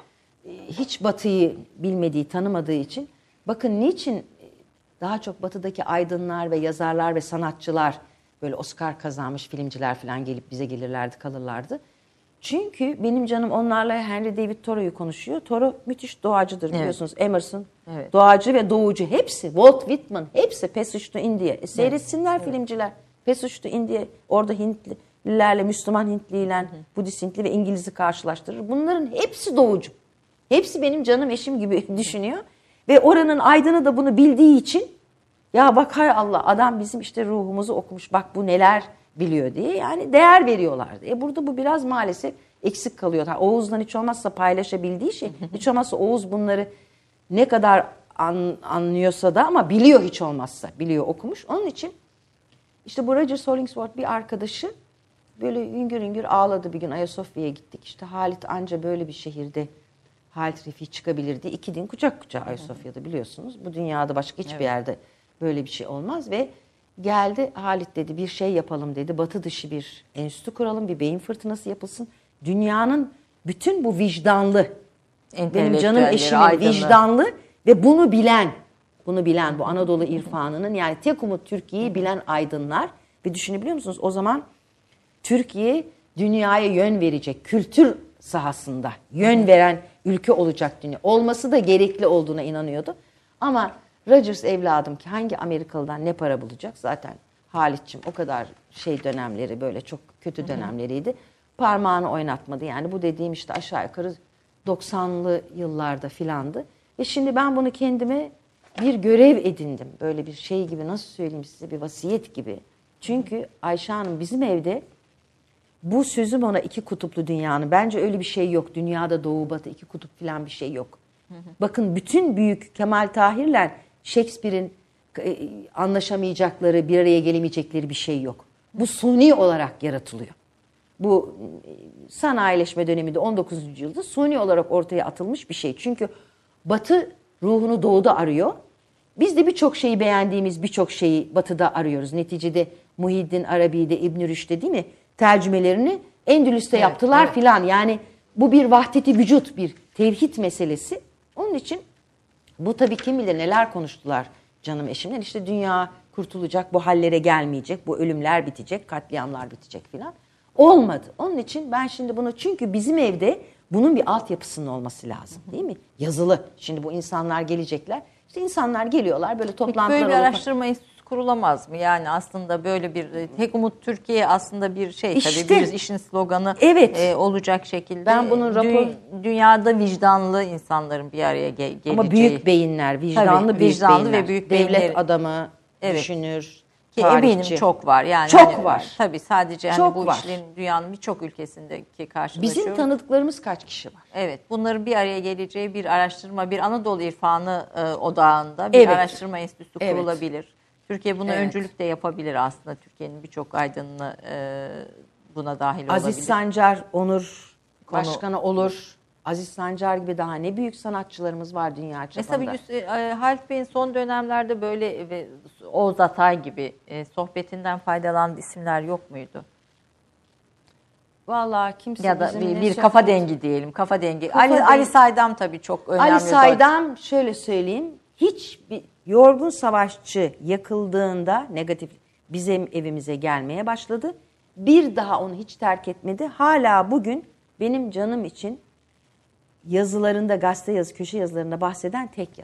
hiç Batı'yı bilmediği, tanımadığı için, bakın niçin daha çok Batı'daki aydınlar ve yazarlar ve sanatçılar, böyle Oscar kazanmış filmciler falan gelip bize gelirlerdi, kalırlardı. Çünkü benim canım onlarla Henry David Thoreau'yu konuşuyor. Thoreau müthiş doğacıdır, evet. biliyorsunuz. Emerson evet. doğacı ve doğucu, hepsi. Walt Whitman, hepsi Passage to India. E, seyretsinler evet. filmciler. Passage to India, orada Hintlilerle, Müslüman Hintliyle, Budist Hintli ve İngiliz'i karşılaştırır. Bunların hepsi doğucu. Hepsi benim canım eşim gibi düşünüyor. Ve oranın aydını da bunu bildiği için, ya bak hay Allah, adam bizim işte ruhumuzu okumuş, bak bu neler biliyor diye, yani değer veriyorlardı. E burada bu biraz maalesef eksik kalıyor. Yani Oğuz'dan hiç olmazsa paylaşabildiği şey, hiç olmazsa Oğuz bunları ne kadar an, anlıyorsa da, ama biliyor, hiç olmazsa biliyor, okumuş. Onun için işte bu Roger Hollingsworth bir arkadaşı böyle hüngür hüngür ağladı bir gün. Ayasofya'ya gittik. İşte Halit anca böyle bir şehirde Halit Refi çıkabilirdi. İki din kucak kucağa Ayasofya'da, biliyorsunuz. Bu dünyada başka hiçbir evet. yerde böyle bir şey olmaz ve geldi, Halit dedi, bir şey yapalım dedi. Batı dışı bir enstitü kuralım, bir beyin fırtınası yapılsın. Dünyanın bütün bu vicdanlı, benim canım eşimin aydınlı. vicdanlı ve bunu bilen, bunu bilen bu Anadolu irfanının, yani tek umut Türkiye'yi bilen aydınlar. Ve düşünebiliyor musunuz? O zaman Türkiye dünyaya yön verecek, kültür sahasında yön veren ülke olacak dünya. Olması da gerekli olduğuna inanıyordu. Ama Rogers evladım ki hangi Amerikalı'dan ne para bulacak? Zaten Halit'ciğim o kadar şey dönemleri, böyle çok kötü dönemleriydi. Parmağını oynatmadı. Yani bu dediğim işte aşağı yukarı doksanlı yıllarda filandı. Ve şimdi ben bunu kendime bir görev edindim. Böyle bir şey gibi, nasıl söyleyeyim size, bir vasiyet gibi. Çünkü Ayşe Hanım, bizim evde bu sözüm ona iki kutuplu dünyanın, bence öyle bir şey yok. Dünyada doğu batı iki kutup falan bir şey yok. Hı hı. Bakın bütün büyük Kemal Tahir'ler, Shakespeare'in anlaşamayacakları, bir araya gelemeyecekleri bir şey yok. Bu suni olarak yaratılıyor. Bu sanayileşme döneminde on dokuzuncu yüzyılda suni olarak ortaya atılmış bir şey. Çünkü Batı ruhunu doğuda arıyor. Biz de birçok şeyi beğendiğimiz birçok şeyi Batı'da arıyoruz. Neticede Muhyiddin Arabi'de, İbn Rüşd'de değil mi? Tercümelerini Endülüs'te evet, yaptılar evet. filan. Yani bu bir vahdeti vücut, bir tevhid meselesi. Onun için bu tabii kim bilir neler konuştular canım eşimden. İşte dünya kurtulacak, bu hallere gelmeyecek, bu ölümler bitecek, katliamlar bitecek filan. Olmadı. Onun için ben şimdi bunu, çünkü bizim evde bunun bir altyapısının olması lazım değil mi? Yazılı. Şimdi bu insanlar gelecekler. İşte insanlar geliyorlar böyle toplantılar. Böyle bir araştırma enstitüsü kurulamaz mı? Yani aslında böyle bir tek umut Türkiye aslında bir şey işte, tabii bir işin sloganı evet. e, olacak şekilde. Ben bunun rapor... Dü- dünyada vicdanlı insanların bir araya ge- geleceği. Ama büyük beyinler, vicdanlı tabii, büyük vicdanlı beyinler. Ve büyük devlet beyinler. Adamı evet. düşünür. Ki eminim çok var. Yani çok hani, var. Tabii sadece hani bu var. işlerin dünyanın birçok ülkesindeki karşılaşıyoruz. Bizim tanıdıklarımız kaç kişi var? Evet. Bunların bir araya geleceği bir araştırma, bir Anadolu irfanı e, odağında bir evet. araştırma enstitüsü evet. kurulabilir. Türkiye bunu evet. öncülük de yapabilir aslında. Türkiye'nin birçok aydınını e, buna dahil Aziz olabilir. Aziz Sancar onur Konu... başkanı olur. Aziz Sancar gibi daha ne büyük sanatçılarımız var dünya çapında. Mesela e, Halit Bey'in son dönemlerde böyle ve Oğuz Atay gibi e, sohbetinden faydalanan isimler yok muydu? Vallahi kimse ya da bir, bir kafa dengi diyelim, kafa dengi. Kafa Ali, dengi. Ali Saydam tabii çok önemli. Ali Saydam şöyle söyleyeyim, hiç bir yorgun savaşçı yakıldığında negatif bizim evimize gelmeye başladı. Bir daha onu hiç terk etmedi. Hala bugün benim canım için yazılarında, gazete yazı, köşe yazılarında bahseden tek yazar.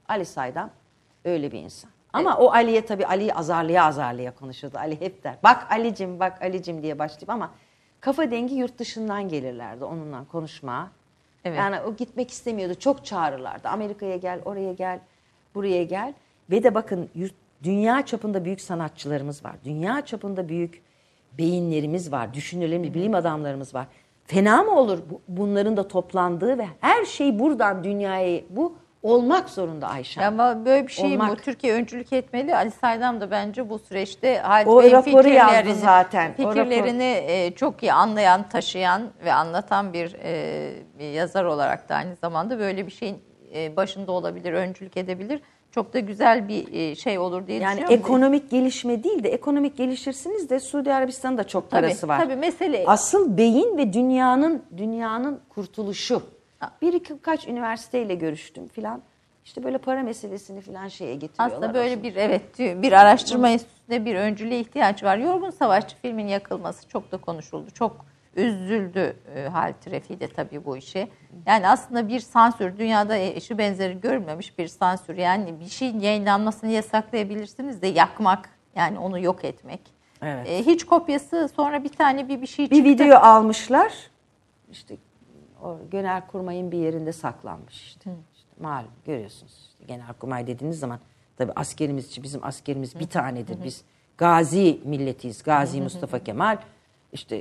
Ali Saydam öyle bir insan. Ama evet. O Ali'ye tabii Ali'yi azarlıya azarlıya konuşurdu. Ali hep der bak Ali'cim bak Ali'cim diye başlayıp ama kafa dengi yurt dışından gelirlerdi onunla konuşmaya. Evet. Yani o gitmek istemiyordu. Çok çağırırlardı. Amerika'ya gel, oraya gel, buraya gel. Ve de bakın yurt, dünya çapında büyük sanatçılarımız var. Dünya çapında büyük beyinlerimiz var. Düşünürlerimiz, bilim adamlarımız var. Fena mı olur bunların da toplandığı ve her şey buradan dünyaya bu olmak zorunda Ayşe. Ama böyle bir şey olmak. Bu Türkiye öncülük etmeli. Ali Saydam da bence bu süreçte Halit o Bey'in fikirlerini, zaten. fikirlerini rapor... çok iyi anlayan, taşıyan ve anlatan bir, bir yazar olarak da aynı zamanda böyle bir şeyin başında olabilir, öncülük edebilir. Çok da güzel bir şey olur diye yani düşünüyorum. Yani ekonomik gelişme değil de ekonomik gelişirsiniz de Suudi Arabistan'da çok parası tabii, var. Tabii mesele. Asıl beyin ve dünyanın dünyanın kurtuluşu. Bir iki kaç üniversiteyle görüştüm filan. İşte böyle para meselesini filan şeye getiriyorlar. Aslında böyle bir evet bir araştırma enstitüsünde bir öncülüğe ihtiyaç var. Yorgun Savaşçı filmin yakılması çok da konuşuldu. Çok üzüldü e, Halit Refi de tabii bu işe. Yani aslında bir sansür, dünyada eşi benzeri görülmemiş bir sansür. Yani bir şeyin yayınlanmasını yasaklayabilirsiniz de yakmak, yani onu yok etmek. Evet. E, hiç kopyası sonra bir tane bir bir şey çıktı. Bir video almışlar. İşte o Genelkurmay'ın bir yerinde saklanmış işte. Hı. işte malum görüyorsunuz. İşte Genelkurmay dediğiniz zaman tabii askerimiz için bizim askerimiz Hı. bir tanedir. Hı. Biz Gazi milletiyiz. Gazi Hı. Mustafa Kemal, işte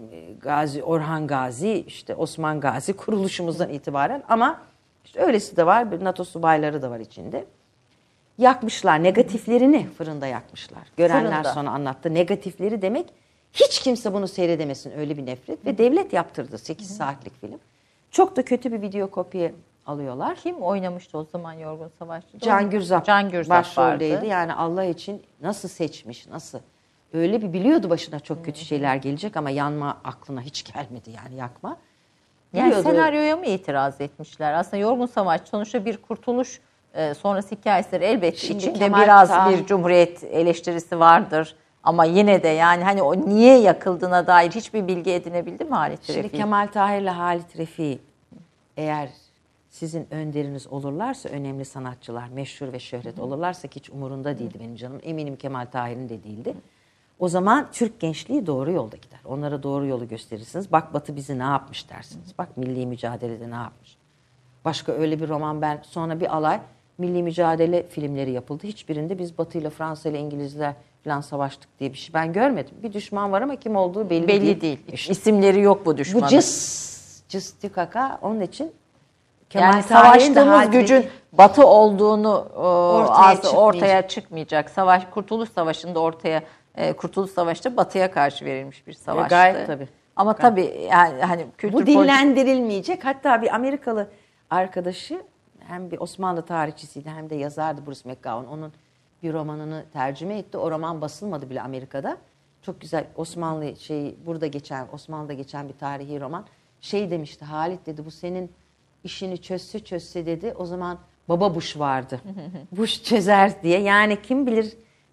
Gazi Orhan Gazi, işte Osman Gazi kuruluşumuzdan itibaren ama işte öylesi de var. Bir NATO subayları da var içinde. Yakmışlar. Negatiflerini fırında yakmışlar. Görenler fırında. Sonra anlattı. Negatifleri demek hiç kimse bunu seyredemesin, öyle bir nefret. Ve devlet yaptırdı sekiz saatlik film. Çok da kötü bir video kopya alıyorlar. Kim oynamıştı o zaman Yorgun Savaşçı'da? Can Gürzap, Can Gürzap başroldeydi. Vardı. Yani Allah için nasıl seçmiş, nasıl? Öyle bir biliyordu başına çok kötü şeyler gelecek ama yanma aklına hiç gelmedi, yani yakma. Yani biliyordu. Senaryoya mı itiraz etmişler? Aslında Yorgun Savaş sonuçta bir kurtuluş e, sonrası hikayesidir. Elbette Şimdi içinde Kemal biraz Tahir... bir cumhuriyet eleştirisi vardır. Ama yine de yani hani o niye yakıldığına dair hiçbir bilgi edinebildi mi Halit Refi? Şimdi Kemal Tahir ile Halit Refi eğer sizin önderiniz olurlarsa, önemli sanatçılar, meşhur ve şöhret Hı-hı. olurlarsa, ki hiç umurunda değildi benim canım. Eminim Kemal Tahir'in de değildi. O zaman Türk gençliği doğru yolda gider. Onlara doğru yolu gösterirsiniz. Bak Batı bizi ne yapmış dersiniz. Bak milli mücadelede ne yapmış. Başka öyle bir roman ben sonra bir alay milli mücadele filmleri yapıldı. Hiçbirinde biz Batı ile Fransa ile İngilizler falan savaştık diye bir şey ben görmedim. Bir düşman var ama kim olduğu belli, belli değil. değil. İşte. İsimleri yok bu düşmanın. Bu cıs, cıs tükaka onun için Kemal yani savaştığımız gücün Batı olduğunu ortaya, az, ortaya çıkmayacak. Savaş, Kurtuluş Savaşı'nda ortaya e, Kurtuluş Savaşı'nda Batı'ya karşı verilmiş bir savaştı. E, gayet tabii. Ama gayet. Tabii yani hani kültür bu dillendirilmeyecek. Hatta bir Amerikalı arkadaşı hem bir Osmanlı tarihçisiydi hem de yazardı Bruce McGowan. Onun bir romanını tercüme etti. O roman basılmadı bile Amerika'da. Çok güzel Osmanlı şey burada geçen Osmanlı'da geçen bir tarihi roman. Şey demişti Halit dedi bu senin işini çözse çözse dedi. O zaman Baba Bush vardı. Bush çözer diye. Yani kim bilir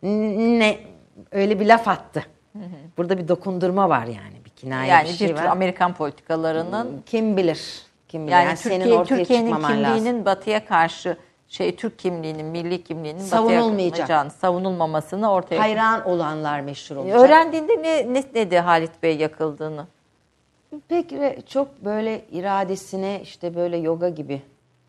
ne öyle bir laf attı. Burada bir dokundurma var yani. Bir kinaye yani bir şey var. Amerikan politikalarının kim bilir. Kim bilir. Yani, yani Türkiye, senin ortaya Türkiye'nin çıkmaman kimliğinin lazım. Batı'ya karşı şey Türk kimliğinin, milli kimliğinin savunulmayacak, savunulmamasını ortaya hayran olanlar meşhur olacak. Öğrendiğinde ne, ne dedi Halit Bey yakıldığını? Pek çok böyle iradesine işte böyle yoga gibi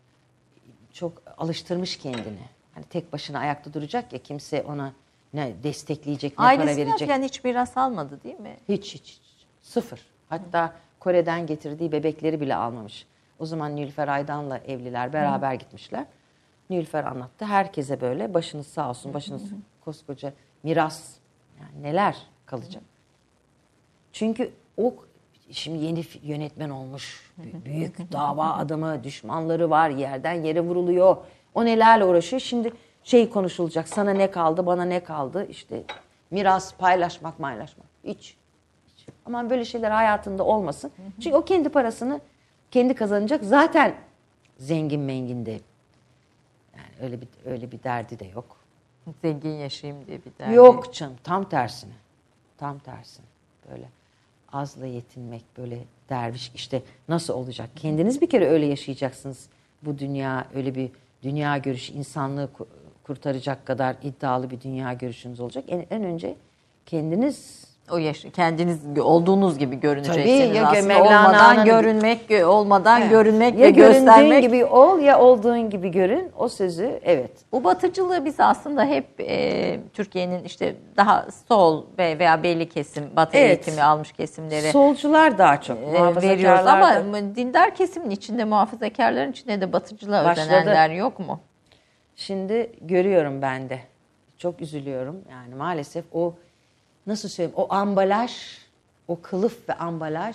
çok alıştırmış kendini. Hani tek başına ayakta duracak ya kimse ona ne destekleyecek ne Ailesinden para verecek. Ailesinden hiç miras almadı değil mi? Hiç hiç, hiç. Sıfır. Hatta Kore'den getirdiği bebekleri bile almamış. O zaman Nilüfer Aydan'la evliler beraber Hı. gitmişler. Nilüfer anlattı. Herkese böyle başınız sağ olsun, başınız Hı. koskoca miras. Yani neler kalacak. Çünkü o şimdi yeni yönetmen olmuş. Büyük dava adamı, düşmanları var. Yerden yere vuruluyor. O nelerle uğraşıyor. Şimdi şey konuşulacak. Sana ne kaldı, bana ne kaldı? İşte miras, paylaşmak, paylaşmak. Hiç. hiç. Aman böyle şeyler hayatında olmasın. Çünkü o kendi parasını kendi kazanacak. Zaten zengin mengin de. Yani öyle bir öyle bir derdi de yok. Zengin yaşayayım diye bir derdi. Yok canım. Tam tersine. Tam tersine. Böyle azla yetinmek, böyle derviş işte nasıl olacak? Kendiniz bir kere öyle yaşayacaksınız. Bu dünya öyle bir dünya görüşü, insanlığı kurtaracak kadar iddialı bir dünya görüşünüz olacak. En, en önce kendiniz o yaş kendiniz olduğunuz gibi görüneceksiniz. Tabii, ya aslında olmadan görünmek, olmadan evet. görünmek ya ve göstermek. Ya göründüğün gibi ol ya olduğun gibi görün. O sözü evet. Bu batıcılığı biz aslında hep e, Türkiye'nin işte daha sol ve veya belli kesim, batı evet. eğitimi almış kesimleri. Solcular daha çok. E, veriyoruz ama dindar kesimin içinde, muhafazakarların içinde de batıcılığa başladı. Özenenler yok mu? Şimdi görüyorum ben de. Çok üzülüyorum. Yani maalesef o nasıl söyleyeyim, o ambalaj, o kılıf ve ambalaj,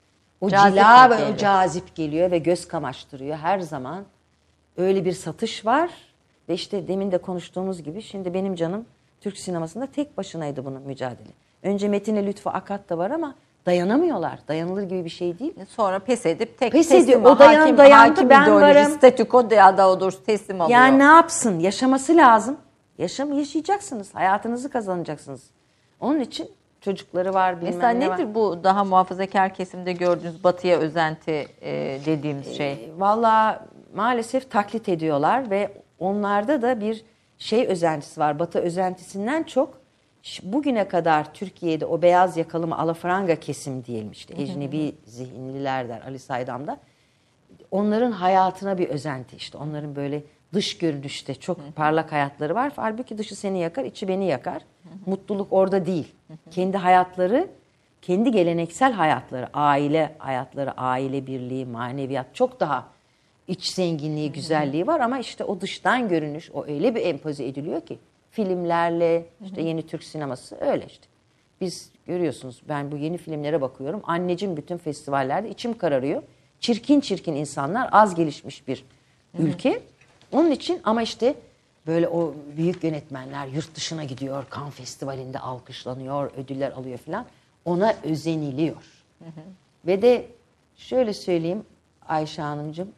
o cazip cila ve o cazip geliyor ve göz kamaştırıyor her zaman. Öyle bir satış var ve işte demin de konuştuğumuz gibi şimdi benim canım Türk sinemasında tek başınaydı bunun mücadele. Önce Metin'e Lütfü Akat da var ama dayanamıyorlar. Dayanılır gibi bir şey değil. Sonra pes edip tek pes teslim. O dayan, hakim, dayandı hakim ben varım. Statüko daha doğrusu teslim alıyor. Yani ne yapsın? Yaşaması lazım. Yaşam yaşayacaksınız. Hayatınızı kazanacaksınız. Onun için çocukları var bilmem Mesela ne nedir var. bu daha muhafazakar kesimde gördüğünüz batıya özenti e, dediğimiz şey? E, Valla maalesef taklit ediyorlar ve onlarda da bir şey özentisi var. Batı özentisinden çok bugüne kadar Türkiye'de o beyaz yakalı mı alafranga kesim diyelim işte ecnebi zihinliler der Ali Saydam'da. Onların hayatına bir özenti işte. Onların böyle dış görünüşte çok hı hı. parlak hayatları var. Halbuki dışı seni yakar, içi beni yakar. Hı hı. Mutluluk orada değil. Hı hı. Kendi hayatları, kendi geleneksel hayatları, aile hayatları, aile birliği, maneviyat çok daha iç zenginliği, güzelliği var. Ama işte o dıştan görünüş, o öyle bir empoze ediliyor ki filmlerle, işte yeni Türk sineması öyle işte. Biz görüyorsunuz, ben bu yeni filmlere bakıyorum. Anneciğim bütün festivallerde içim kararıyor. Çirkin çirkin insanlar, az gelişmiş bir ülke. Hı hı. Onun için ama işte böyle o büyük yönetmenler yurt dışına gidiyor, Cannes Festivali'nde alkışlanıyor, ödüller alıyor falan. Ona özeniliyor. Hı hı. Ve de şöyle söyleyeyim Ayşe Hanımcığım,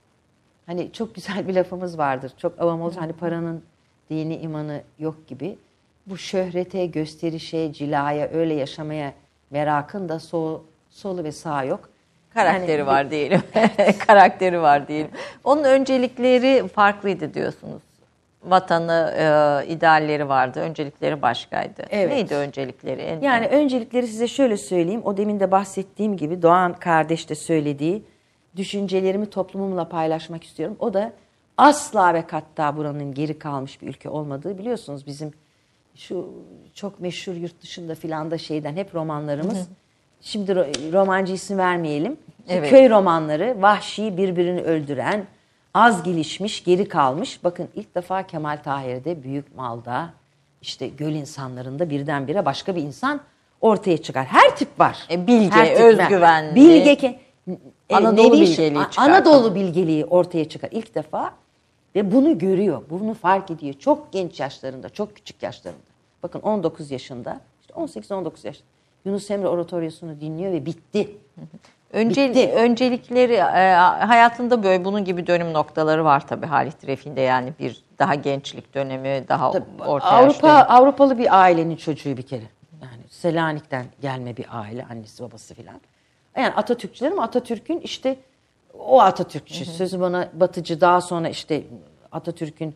hani çok güzel bir lafımız vardır. Çok avam olacak, hani paranın dini imanı yok gibi. Bu şöhrete, gösterişe, cilaya, öyle yaşamaya merakın da sol, solu ve sağ yok. Karakteri yani, var diyelim. Karakteri var diyelim. Onun öncelikleri farklıydı diyorsunuz. Vatanı, e, idealleri vardı. Öncelikleri başkaydı. Evet. Neydi öncelikleri? En, yani en... öncelikleri size şöyle söyleyeyim. O demin de bahsettiğim gibi Doğan kardeş de söylediği düşüncelerimi toplumumla paylaşmak istiyorum. O da asla ve katta buranın geri kalmış bir ülke olmadığı, biliyorsunuz bizim şu çok meşhur yurt dışında filan da şeyden hep romanlarımız. Hı hı. Şimdi romancı isim vermeyelim. Evet. Köy romanları, vahşi, birbirini öldüren, az gelişmiş, geri kalmış. Bakın ilk defa Kemal Tahir'de Büyük Mal'da işte göl insanlarında birdenbire başka bir insan ortaya çıkar. Her tip var. E, bilge, Her tip özgüvenli. Bilge, e, Anadolu bilgeliği çıkar. Anadolu bilgeliği ortaya çıkar ilk defa. Ve bunu görüyor, bunu fark ediyor. Çok genç yaşlarında, çok küçük yaşlarında. Bakın on dokuz yaşında, işte on sekiz on dokuz yaşında. Yunus Emre Oratoryosu'nu dinliyor ve bitti. Önce, bitti. Öncelikleri e, hayatında böyle bunun gibi dönüm noktaları var tabii Halit Refik'inde, yani bir daha gençlik dönemi, daha tabii, orta Avrupa yaş dönemi. Avrupalı bir ailenin çocuğu bir kere. Yani Selanik'ten gelme bir aile, annesi babası filan. Yani Atatürkçüler ama Atatürk'ün işte o Atatürkçü, hı hı. sözü bana batıcı, daha sonra işte Atatürk'ün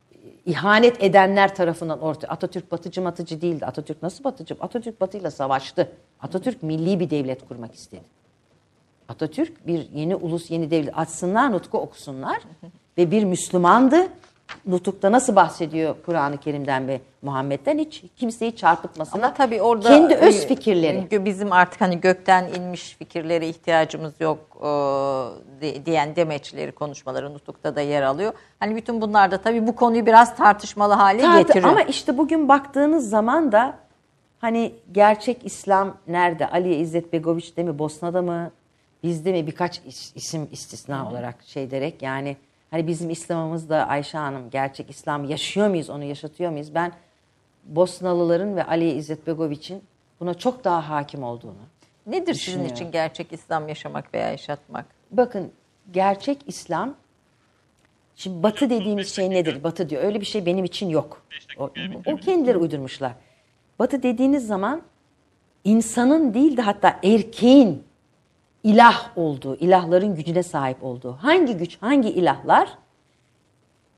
ihanet edenler tarafından ortaya. Atatürk batıcı matıcı değildi. Atatürk nasıl batıcı? Atatürk batıyla savaştı. Atatürk milli bir devlet kurmak istedi. Atatürk bir yeni ulus, yeni devlet açsınlar, nutku okusunlar ve bir Müslümandı. Nutuk'ta nasıl bahsediyor Kur'an-ı Kerim'den ve Muhammed'den, hiç kimseyi çarpıtmasına. Ama tabii orada kendi öz fikirleri. Bizim artık hani gökten inmiş fikirlere ihtiyacımız yok e, diyen demeçleri, konuşmaları Nutuk'ta da yer alıyor. Hani bütün bunlar da tabii bu konuyu biraz tartışmalı hale Tabii, getiriyor. Ama işte bugün baktığınız zaman da hani gerçek İslam nerede? Ali İzzet Begoviç'te mi, Bosna'da mı, bizde mi, birkaç isim istisna hmm. olarak şey derek, yani hani bizim İslam'ımızda Ayşe Hanım, gerçek İslam yaşıyor muyuz, onu yaşatıyor muyuz? Ben Bosnalıların ve Ali İzzet Begoviç'in buna çok daha hakim olduğunu Nedir sizin için gerçek İslam yaşamak veya yaşatmak? Bakın, gerçek İslam, şimdi Batı dediğimiz şey nedir? Batı diyor, öyle bir şey benim için yok. O, o kendileri uydurmuşlar. Batı dediğiniz zaman insanın değil de hatta erkeğin ilah olduğu, ilahların gücüne sahip olduğu. Hangi güç, hangi ilahlar?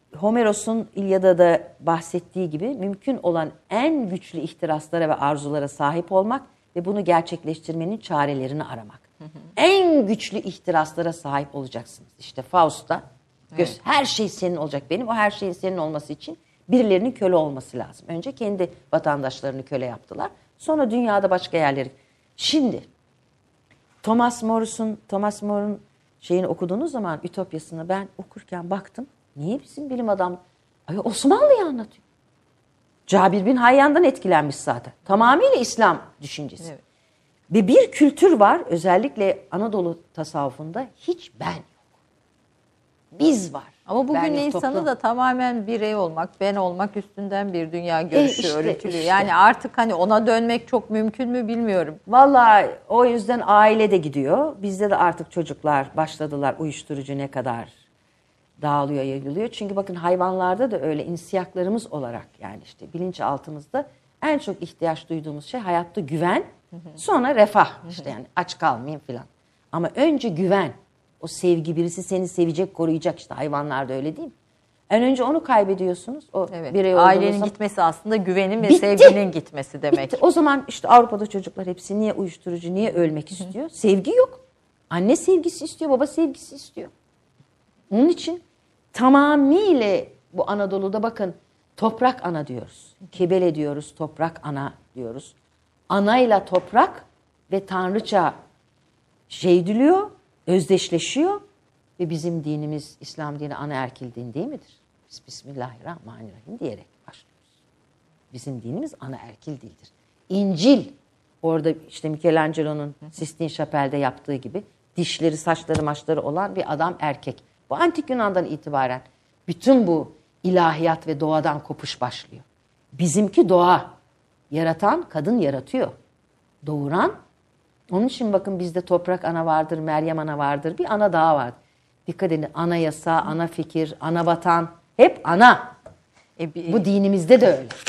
Homeros'un İlyada'da bahsettiği gibi mümkün olan en güçlü ihtiraslara ve arzulara sahip olmak ve bunu gerçekleştirmenin çarelerini aramak. Hı hı. En güçlü ihtiraslara sahip olacaksınız. İşte Faust'ta evet. Her şey senin olacak benim. O her şeyin senin olması için birilerinin köle olması lazım. Önce kendi vatandaşlarını köle yaptılar. Sonra dünyada başka yerleri. Şimdi Thomas More'un Thomas More'un şeyini okuduğunuz zaman Ütopyasını ben okurken baktım. Niye bizim bilim adam Ay, Osmanlı'yı anlatıyor. Cabir bin Hayyan'dan etkilenmiş zaten. Tamamıyla İslam düşüncesi. Evet. Ve bir kültür var özellikle Anadolu tasavvufunda hiç ben yok. Biz var. Ama bugün ben insanı toplum. da tamamen birey olmak, ben olmak üstünden bir dünya görüşü e işte, öğretiliyor. Işte. Yani artık hani ona dönmek çok mümkün mü bilmiyorum. Vallahi o yüzden aile de gidiyor. Bizde de artık çocuklar başladılar uyuşturucu ne kadar dağılıyor, yayılıyor. Çünkü bakın hayvanlarda da öyle insiyaklarımız olarak yani işte bilinçaltımızda en çok ihtiyaç duyduğumuz şey hayatta güven, sonra refah. İşte yani aç kalmayayım falan. Ama önce güven. O sevgi, birisi seni sevecek, koruyacak, işte hayvanlarda öyle değil mi? En önce onu kaybediyorsunuz. O evet. birey Ailenin zaman... gitmesi aslında güvenin ve Bitti. sevginin gitmesi demek. Bitti. O zaman işte Avrupa'da çocuklar hepsi niye uyuşturucu, niye ölmek istiyor? Sevgi yok. Anne sevgisi istiyor, baba sevgisi istiyor. Onun için tamamıyla bu Anadolu'da bakın toprak ana diyoruz. Kebele diyoruz, toprak ana diyoruz. Anayla toprak ve tanrıça şey diliyor, özdeşleşiyor ve bizim dinimiz İslam dini anaerkil din değil midir? Biz Bismillahirrahmanirrahim diyerek başlıyoruz. Bizim dinimiz anaerkil dildir. İncil orada işte Michelangelo'nun Sistine Chapel'de yaptığı gibi dişleri, saçları, maçları olan bir adam erkek. Bu antik Yunan'dan itibaren bütün bu ilahiyat ve doğadan kopuş başlıyor. Bizimki doğa. Yaratan kadın yaratıyor. Doğuran. Onun için bakın bizde toprak ana vardır, Meryem ana vardır. Bir ana daha var. Dikkat edin anayasa, ana fikir, ana vatan. Hep ana. E, bir, bu dinimizde de öyle.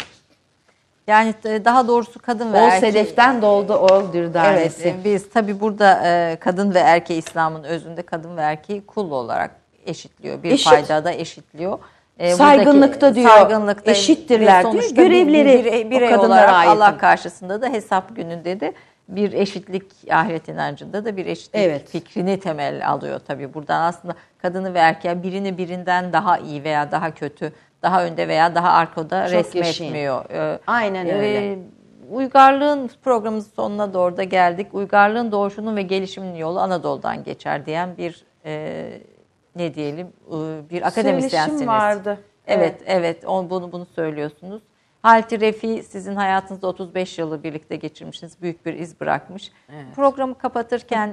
Yani daha doğrusu kadın ve ol erkeği... sedeften doldu ol dürdanesi. Evet, biz tabii burada kadın ve erkeği İslam'ın özünde kadın ve erkeği kul olarak eşitliyor. Bir Eşit. Faydada eşitliyor. Saygınlıkta diyor, saygınlıkta eşittirler diyor. Görevleri birey, birey o olarak ait. Allah karşısında da hesap gününde de bir eşitlik, ahiret inancında da bir eşitlik evet. fikrini temel alıyor tabii. Buradan aslında kadını ve erkeği birini birinden daha iyi veya daha kötü, daha önde veya daha arkada Çok resmetmiyor. Ee, Aynen öyle. E, uygarlığın programımızın sonuna doğru da geldik. Uygarlığın doğuşunun ve gelişiminin yolu Anadolu'dan geçer diyen bir e, ne diyelim bir akademisyensiniz. vardı. Evet, evet, evet bunu bunu söylüyorsunuz. Halti Refi sizin hayatınızda otuz beş yılı birlikte geçirmişsiniz. Büyük bir iz bırakmış. Evet. Programı kapatırken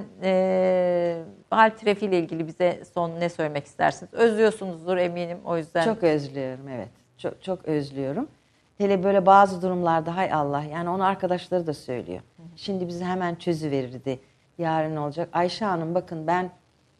e, Halti Refi ile ilgili bize son ne söylemek istersiniz? Özlüyorsunuzdur eminim o yüzden. Çok özlüyorum evet. Çok çok özlüyorum. Hele böyle bazı durumlarda hay Allah yani onu arkadaşları da söylüyor. Hı hı. Şimdi bizi hemen çözüverirdi. Yarın ne olacak? Ayşe Hanım bakın ben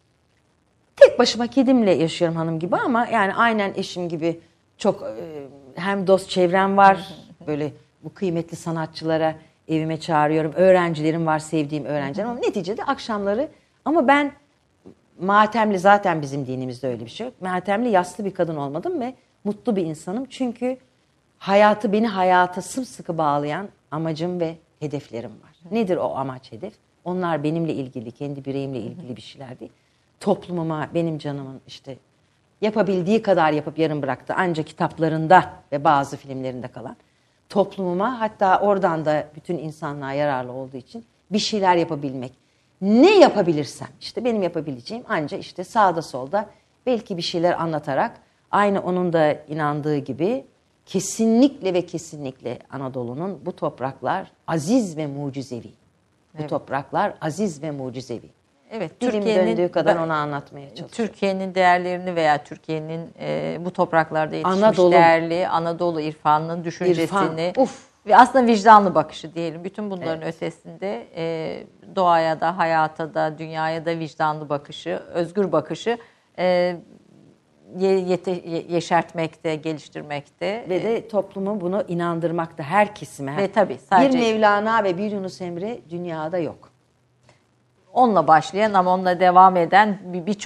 tek başıma kedimle yaşıyorum hanım gibi ama yani aynen eşim gibi çok e, hem dost çevrem var. Böyle bu kıymetli sanatçılara evime çağırıyorum. Öğrencilerim var, sevdiğim öğrencilerim. Ama neticede akşamları ama ben matemli zaten bizim dinimizde öyle bir şey yok. Matemli yaslı bir kadın olmadım ve mutlu bir insanım. Çünkü hayatı beni hayata sımsıkı bağlayan amacım ve hedeflerim var. Nedir o amaç, hedef? Onlar benimle ilgili, kendi bireyimle ilgili bir şeyler değil. Toplumuma, benim canımın işte yapabildiği kadar yapıp yarım bıraktı. Ancak kitaplarında ve bazı filmlerinde kalan toplumuma hatta oradan da bütün insanlığa yararlı olduğu için bir şeyler yapabilmek. Ne yapabilirsem işte benim yapabileceğim ancak işte sağda solda belki bir şeyler anlatarak aynı onun da inandığı gibi kesinlikle ve kesinlikle Anadolu'nun bu topraklar aziz ve mucizevi. Bu evet. topraklar aziz ve mucizevi. Evet, Dilim Türkiye'nin döndüğü kadar onu anlatmaya çalışıyorum. Türkiye'nin değerlerini veya Türkiye'nin e, bu topraklarda yetişmiş Anadolu. değerli Anadolu irfanının düşüncesini İrfan. Uf. ve aslında vicdanlı bakışı diyelim. Bütün bunların evet. ötesinde e, doğaya da, hayata da, dünyaya da vicdanlı bakışı, özgür bakışı e, yete, yeşertmekte, geliştirmekte. Ve de toplumu bunu inandırmakta her kesime. Ve tabii sadece bir Mevlana ve bir Yunus Emre dünyada yok. Onunla başlayan ama onunla devam eden birçok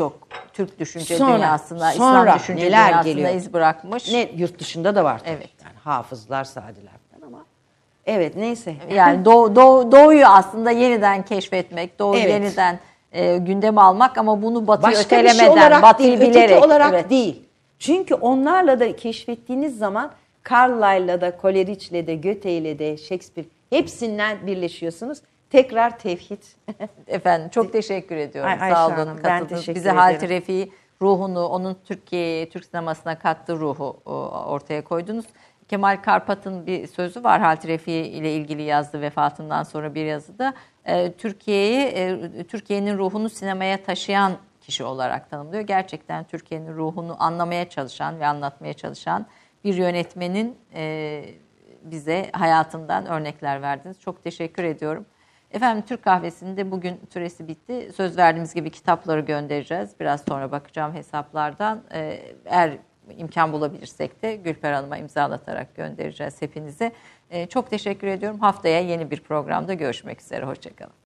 Türk düşünce sonra, dünyasına, sonra İslam düşünce neler dünyasına geliyor? iz bırakmış. Ne yurt dışında da var tabii. Evet. Yani hafızlar, sadiler falan ama evet neyse. Yani doğu, doğu, doğuyu aslında yeniden keşfetmek, doğuyu Evet. yeniden e, gündeme almak ama bunu Batı'yı Başka bir ötelemeden, şey olarak Batı'yı değil, bilerek. öteki olarak evet. değil. Çünkü onlarla da keşfettiğiniz zaman Carlyle'la da, Coleridge'le de, Goethe'yle de, Shakespeare hepsinden birleşiyorsunuz. Tekrar tevhid. Efendim çok teşekkür ediyorum. Ay, Sağ Ayşe olun. Hanım, ben katıldınız. teşekkür Bize ederim. Halit Refi ruhunu, onun Türkiye'ye, Türk sinemasına kattığı ruhu ortaya koydunuz. Kemal Karpat'ın bir sözü var Halit Refi ile ilgili yazdığı vefatından sonra bir yazıda. Türkiye'yi, Türkiye'nin ruhunu sinemaya taşıyan kişi olarak tanımlıyor. Gerçekten Türkiye'nin ruhunu anlamaya çalışan ve anlatmaya çalışan bir yönetmenin bize hayatından örnekler verdiniz. Çok teşekkür ediyorum. Efendim Türk Kahvesi'nde bugün süresi bitti. Söz verdiğimiz gibi kitapları göndereceğiz. Biraz sonra bakacağım hesaplardan. Eğer imkan bulabilirsek de Gülper Hanım'a imzalatarak göndereceğiz hepinize. Çok teşekkür ediyorum. Haftaya yeni bir programda görüşmek üzere. Hoşçakalın.